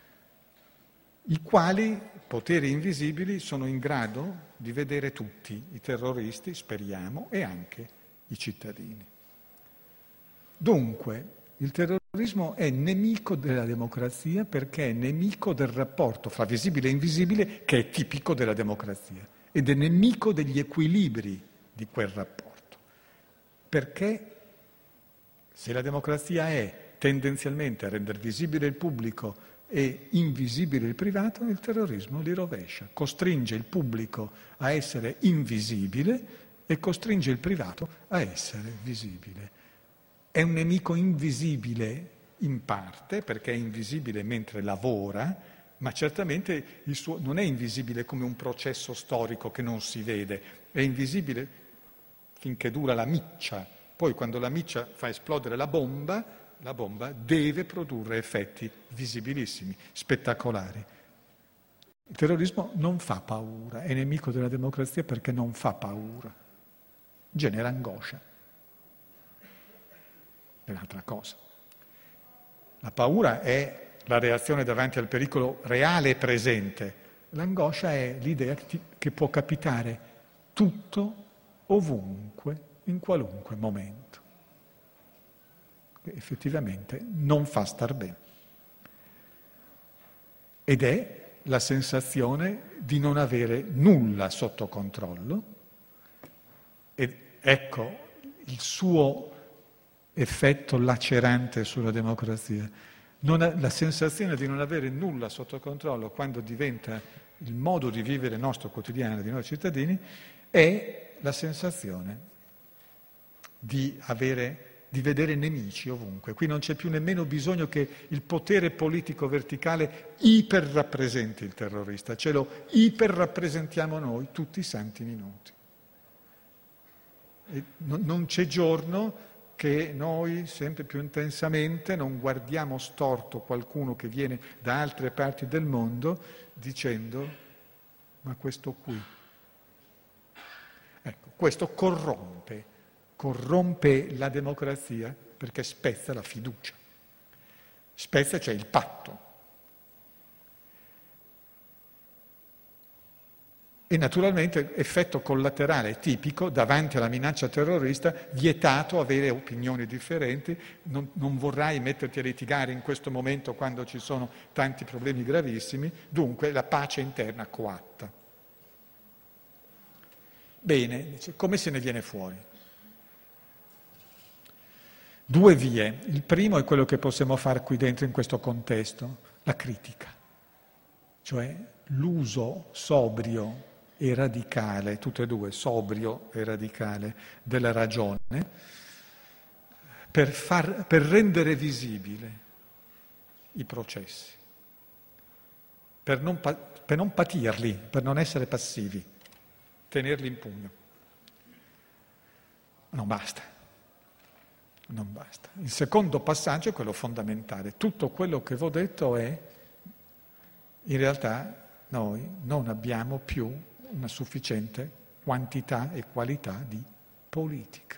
i quali, poteri invisibili, sono in grado di vedere tutti, i terroristi, speriamo, e anche i cittadini. Dunque, il terrorismo è nemico della democrazia perché è nemico del rapporto fra visibile e invisibile che è tipico della democrazia ed è nemico degli equilibri di quel rapporto. Perché se la democrazia è tendenzialmente a rendere visibile il pubblico e invisibile il privato, il terrorismo li rovescia, costringe il pubblico a essere invisibile e costringe il privato a essere visibile. È un nemico invisibile in parte, perché è invisibile mentre lavora, ma certamente non è invisibile come un processo storico che non si vede, è invisibile finché dura la miccia. Poi quando la miccia fa esplodere la bomba deve produrre effetti visibilissimi, spettacolari. Il terrorismo non fa paura, è nemico della democrazia perché non fa paura, genera angoscia. È un'altra cosa. La paura è la reazione davanti al pericolo reale e presente. L'angoscia è l'idea che può capitare tutto, ovunque, in qualunque momento. Che effettivamente non fa star bene. Ed è la sensazione di non avere nulla sotto controllo. Ed ecco il suo effetto lacerante sulla democrazia. La sensazione di non avere nulla sotto controllo quando diventa il modo di vivere nostro quotidiano di noi cittadini è la sensazione di vedere nemici ovunque. Qui non c'è più nemmeno bisogno che il potere politico verticale iperrappresenti il terrorista, ce lo iperrappresentiamo noi tutti i santi minuti. E non c'è giorno che noi sempre più intensamente non guardiamo storto qualcuno che viene da altre parti del mondo dicendo ma questo qui. Ecco, questo corrompe la democrazia perché spezza la fiducia, spezza cioè il patto. E naturalmente effetto collaterale tipico, davanti alla minaccia terrorista, vietato avere opinioni differenti, non vorrai metterti a litigare in questo momento quando ci sono tanti problemi gravissimi, dunque la pace interna coatta. Bene, come se ne viene fuori? Due vie. Il primo è quello che possiamo fare qui dentro in questo contesto, la critica, cioè l'uso sobrio e radicale, tutte e due, sobrio e radicale, della ragione, per rendere visibile i processi, per non patirli, per non essere passivi, tenerli in pugno. Non basta. Il secondo passaggio è quello fondamentale. Tutto quello che vi ho detto è, in realtà, noi non abbiamo più una sufficiente quantità e qualità di politica.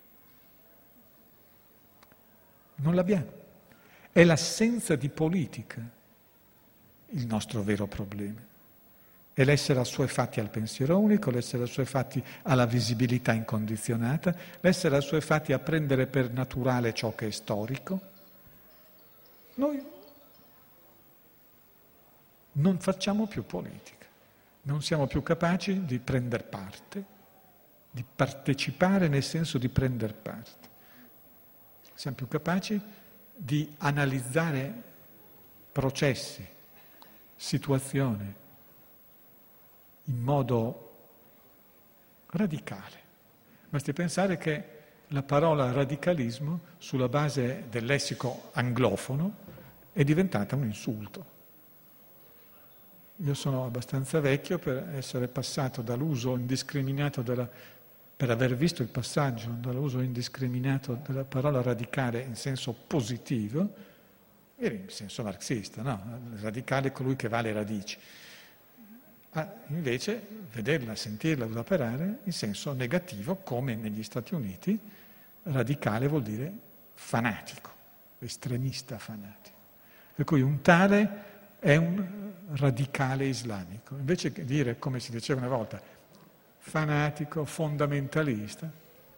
Non l'abbiamo. È l'assenza di politica il nostro vero problema. È l'essere assuefatti al pensiero unico, l'essere assuefatti alla visibilità incondizionata, l'essere assuefatti a prendere per naturale ciò che è storico. Noi non facciamo più politica. Non siamo più capaci di prendere parte, di partecipare nel senso di prendere parte. Siamo più capaci di analizzare processi, situazioni in modo radicale. Basti pensare che la parola radicalismo, sulla base del lessico anglofono, è diventata un insulto. Io sono abbastanza vecchio per essere passato dall'uso indiscriminato per aver visto il passaggio dall'uso indiscriminato della parola radicale in senso positivo, in senso marxista, no? Il radicale è colui che va alle radici. invece vederla, sentirla operare in senso negativo, come negli Stati Uniti, radicale vuol dire fanatico, estremista fanatico. Per cui un tale è un radicale islamico. Invece che dire, come si diceva una volta, fanatico, fondamentalista,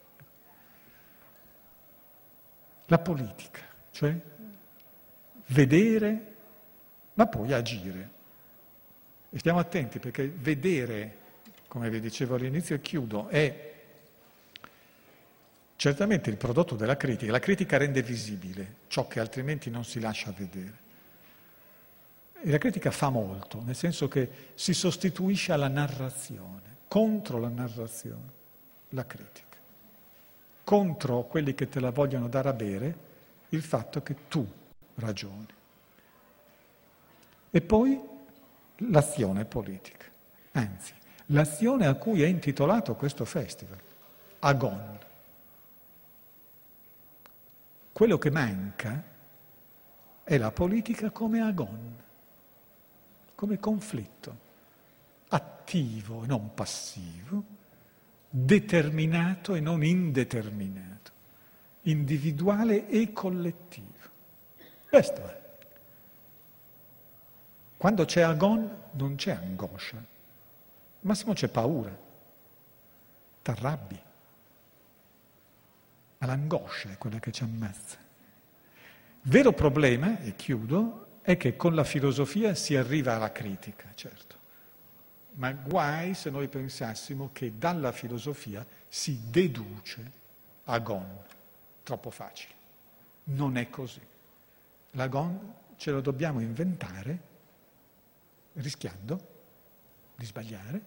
la politica, cioè vedere, ma poi agire. E stiamo attenti perché vedere, come vi dicevo all'inizio e chiudo, è certamente il prodotto della critica. La critica rende visibile ciò che altrimenti non si lascia vedere. E la critica fa molto, nel senso che si sostituisce alla narrazione, contro la narrazione, la critica. Contro quelli che te la vogliono dare a bere, il fatto che tu ragioni. E poi l'azione politica, anzi, l'azione a cui è intitolato questo festival, Agon. Quello che manca è la politica come Agon, come conflitto, attivo e non passivo, determinato e non indeterminato, individuale e collettivo. Questo è. Quando c'è Agon non c'è angoscia, al massimo c'è paura, t'arrabbi, ma l'angoscia è quella che ci ammazza. Il vero problema, e chiudo, è che con la filosofia si arriva alla critica, certo, ma guai se noi pensassimo che dalla filosofia si deduce Agon, troppo facile. Non è così. L'Agon ce lo dobbiamo inventare rischiando di sbagliare,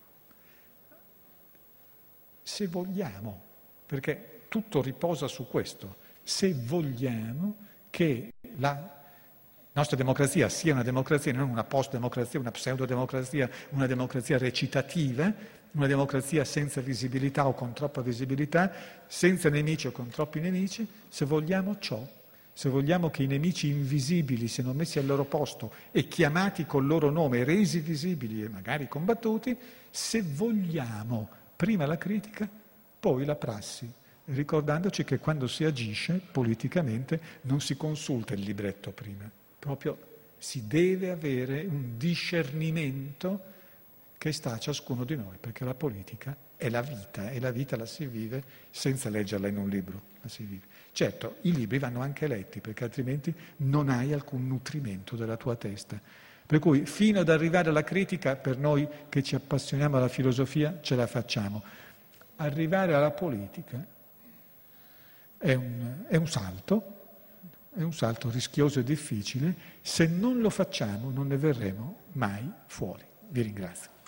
se vogliamo, perché tutto riposa su questo, se vogliamo che la nostra democrazia sia una democrazia, non una post-democrazia, una pseudo-democrazia, una democrazia recitativa, una democrazia senza visibilità o con troppa visibilità, senza nemici o con troppi nemici, se vogliamo ciò, se vogliamo che i nemici invisibili siano messi al loro posto e chiamati col loro nome, resi visibili e magari combattuti, se vogliamo prima la critica, poi la prassi, ricordandoci che quando si agisce politicamente non si consulta il libretto prima, proprio si deve avere un discernimento che sta a ciascuno di noi, perché la politica è la vita e la vita la si vive senza leggerla in un libro, la si vive. Certo, i libri vanno anche letti, perché altrimenti non hai alcun nutrimento della tua testa. Per cui fino ad arrivare alla critica, per noi che ci appassioniamo alla filosofia, ce la facciamo. Arrivare alla politica è un salto rischioso e difficile. Se non lo facciamo non ne verremo mai fuori. Vi ringrazio.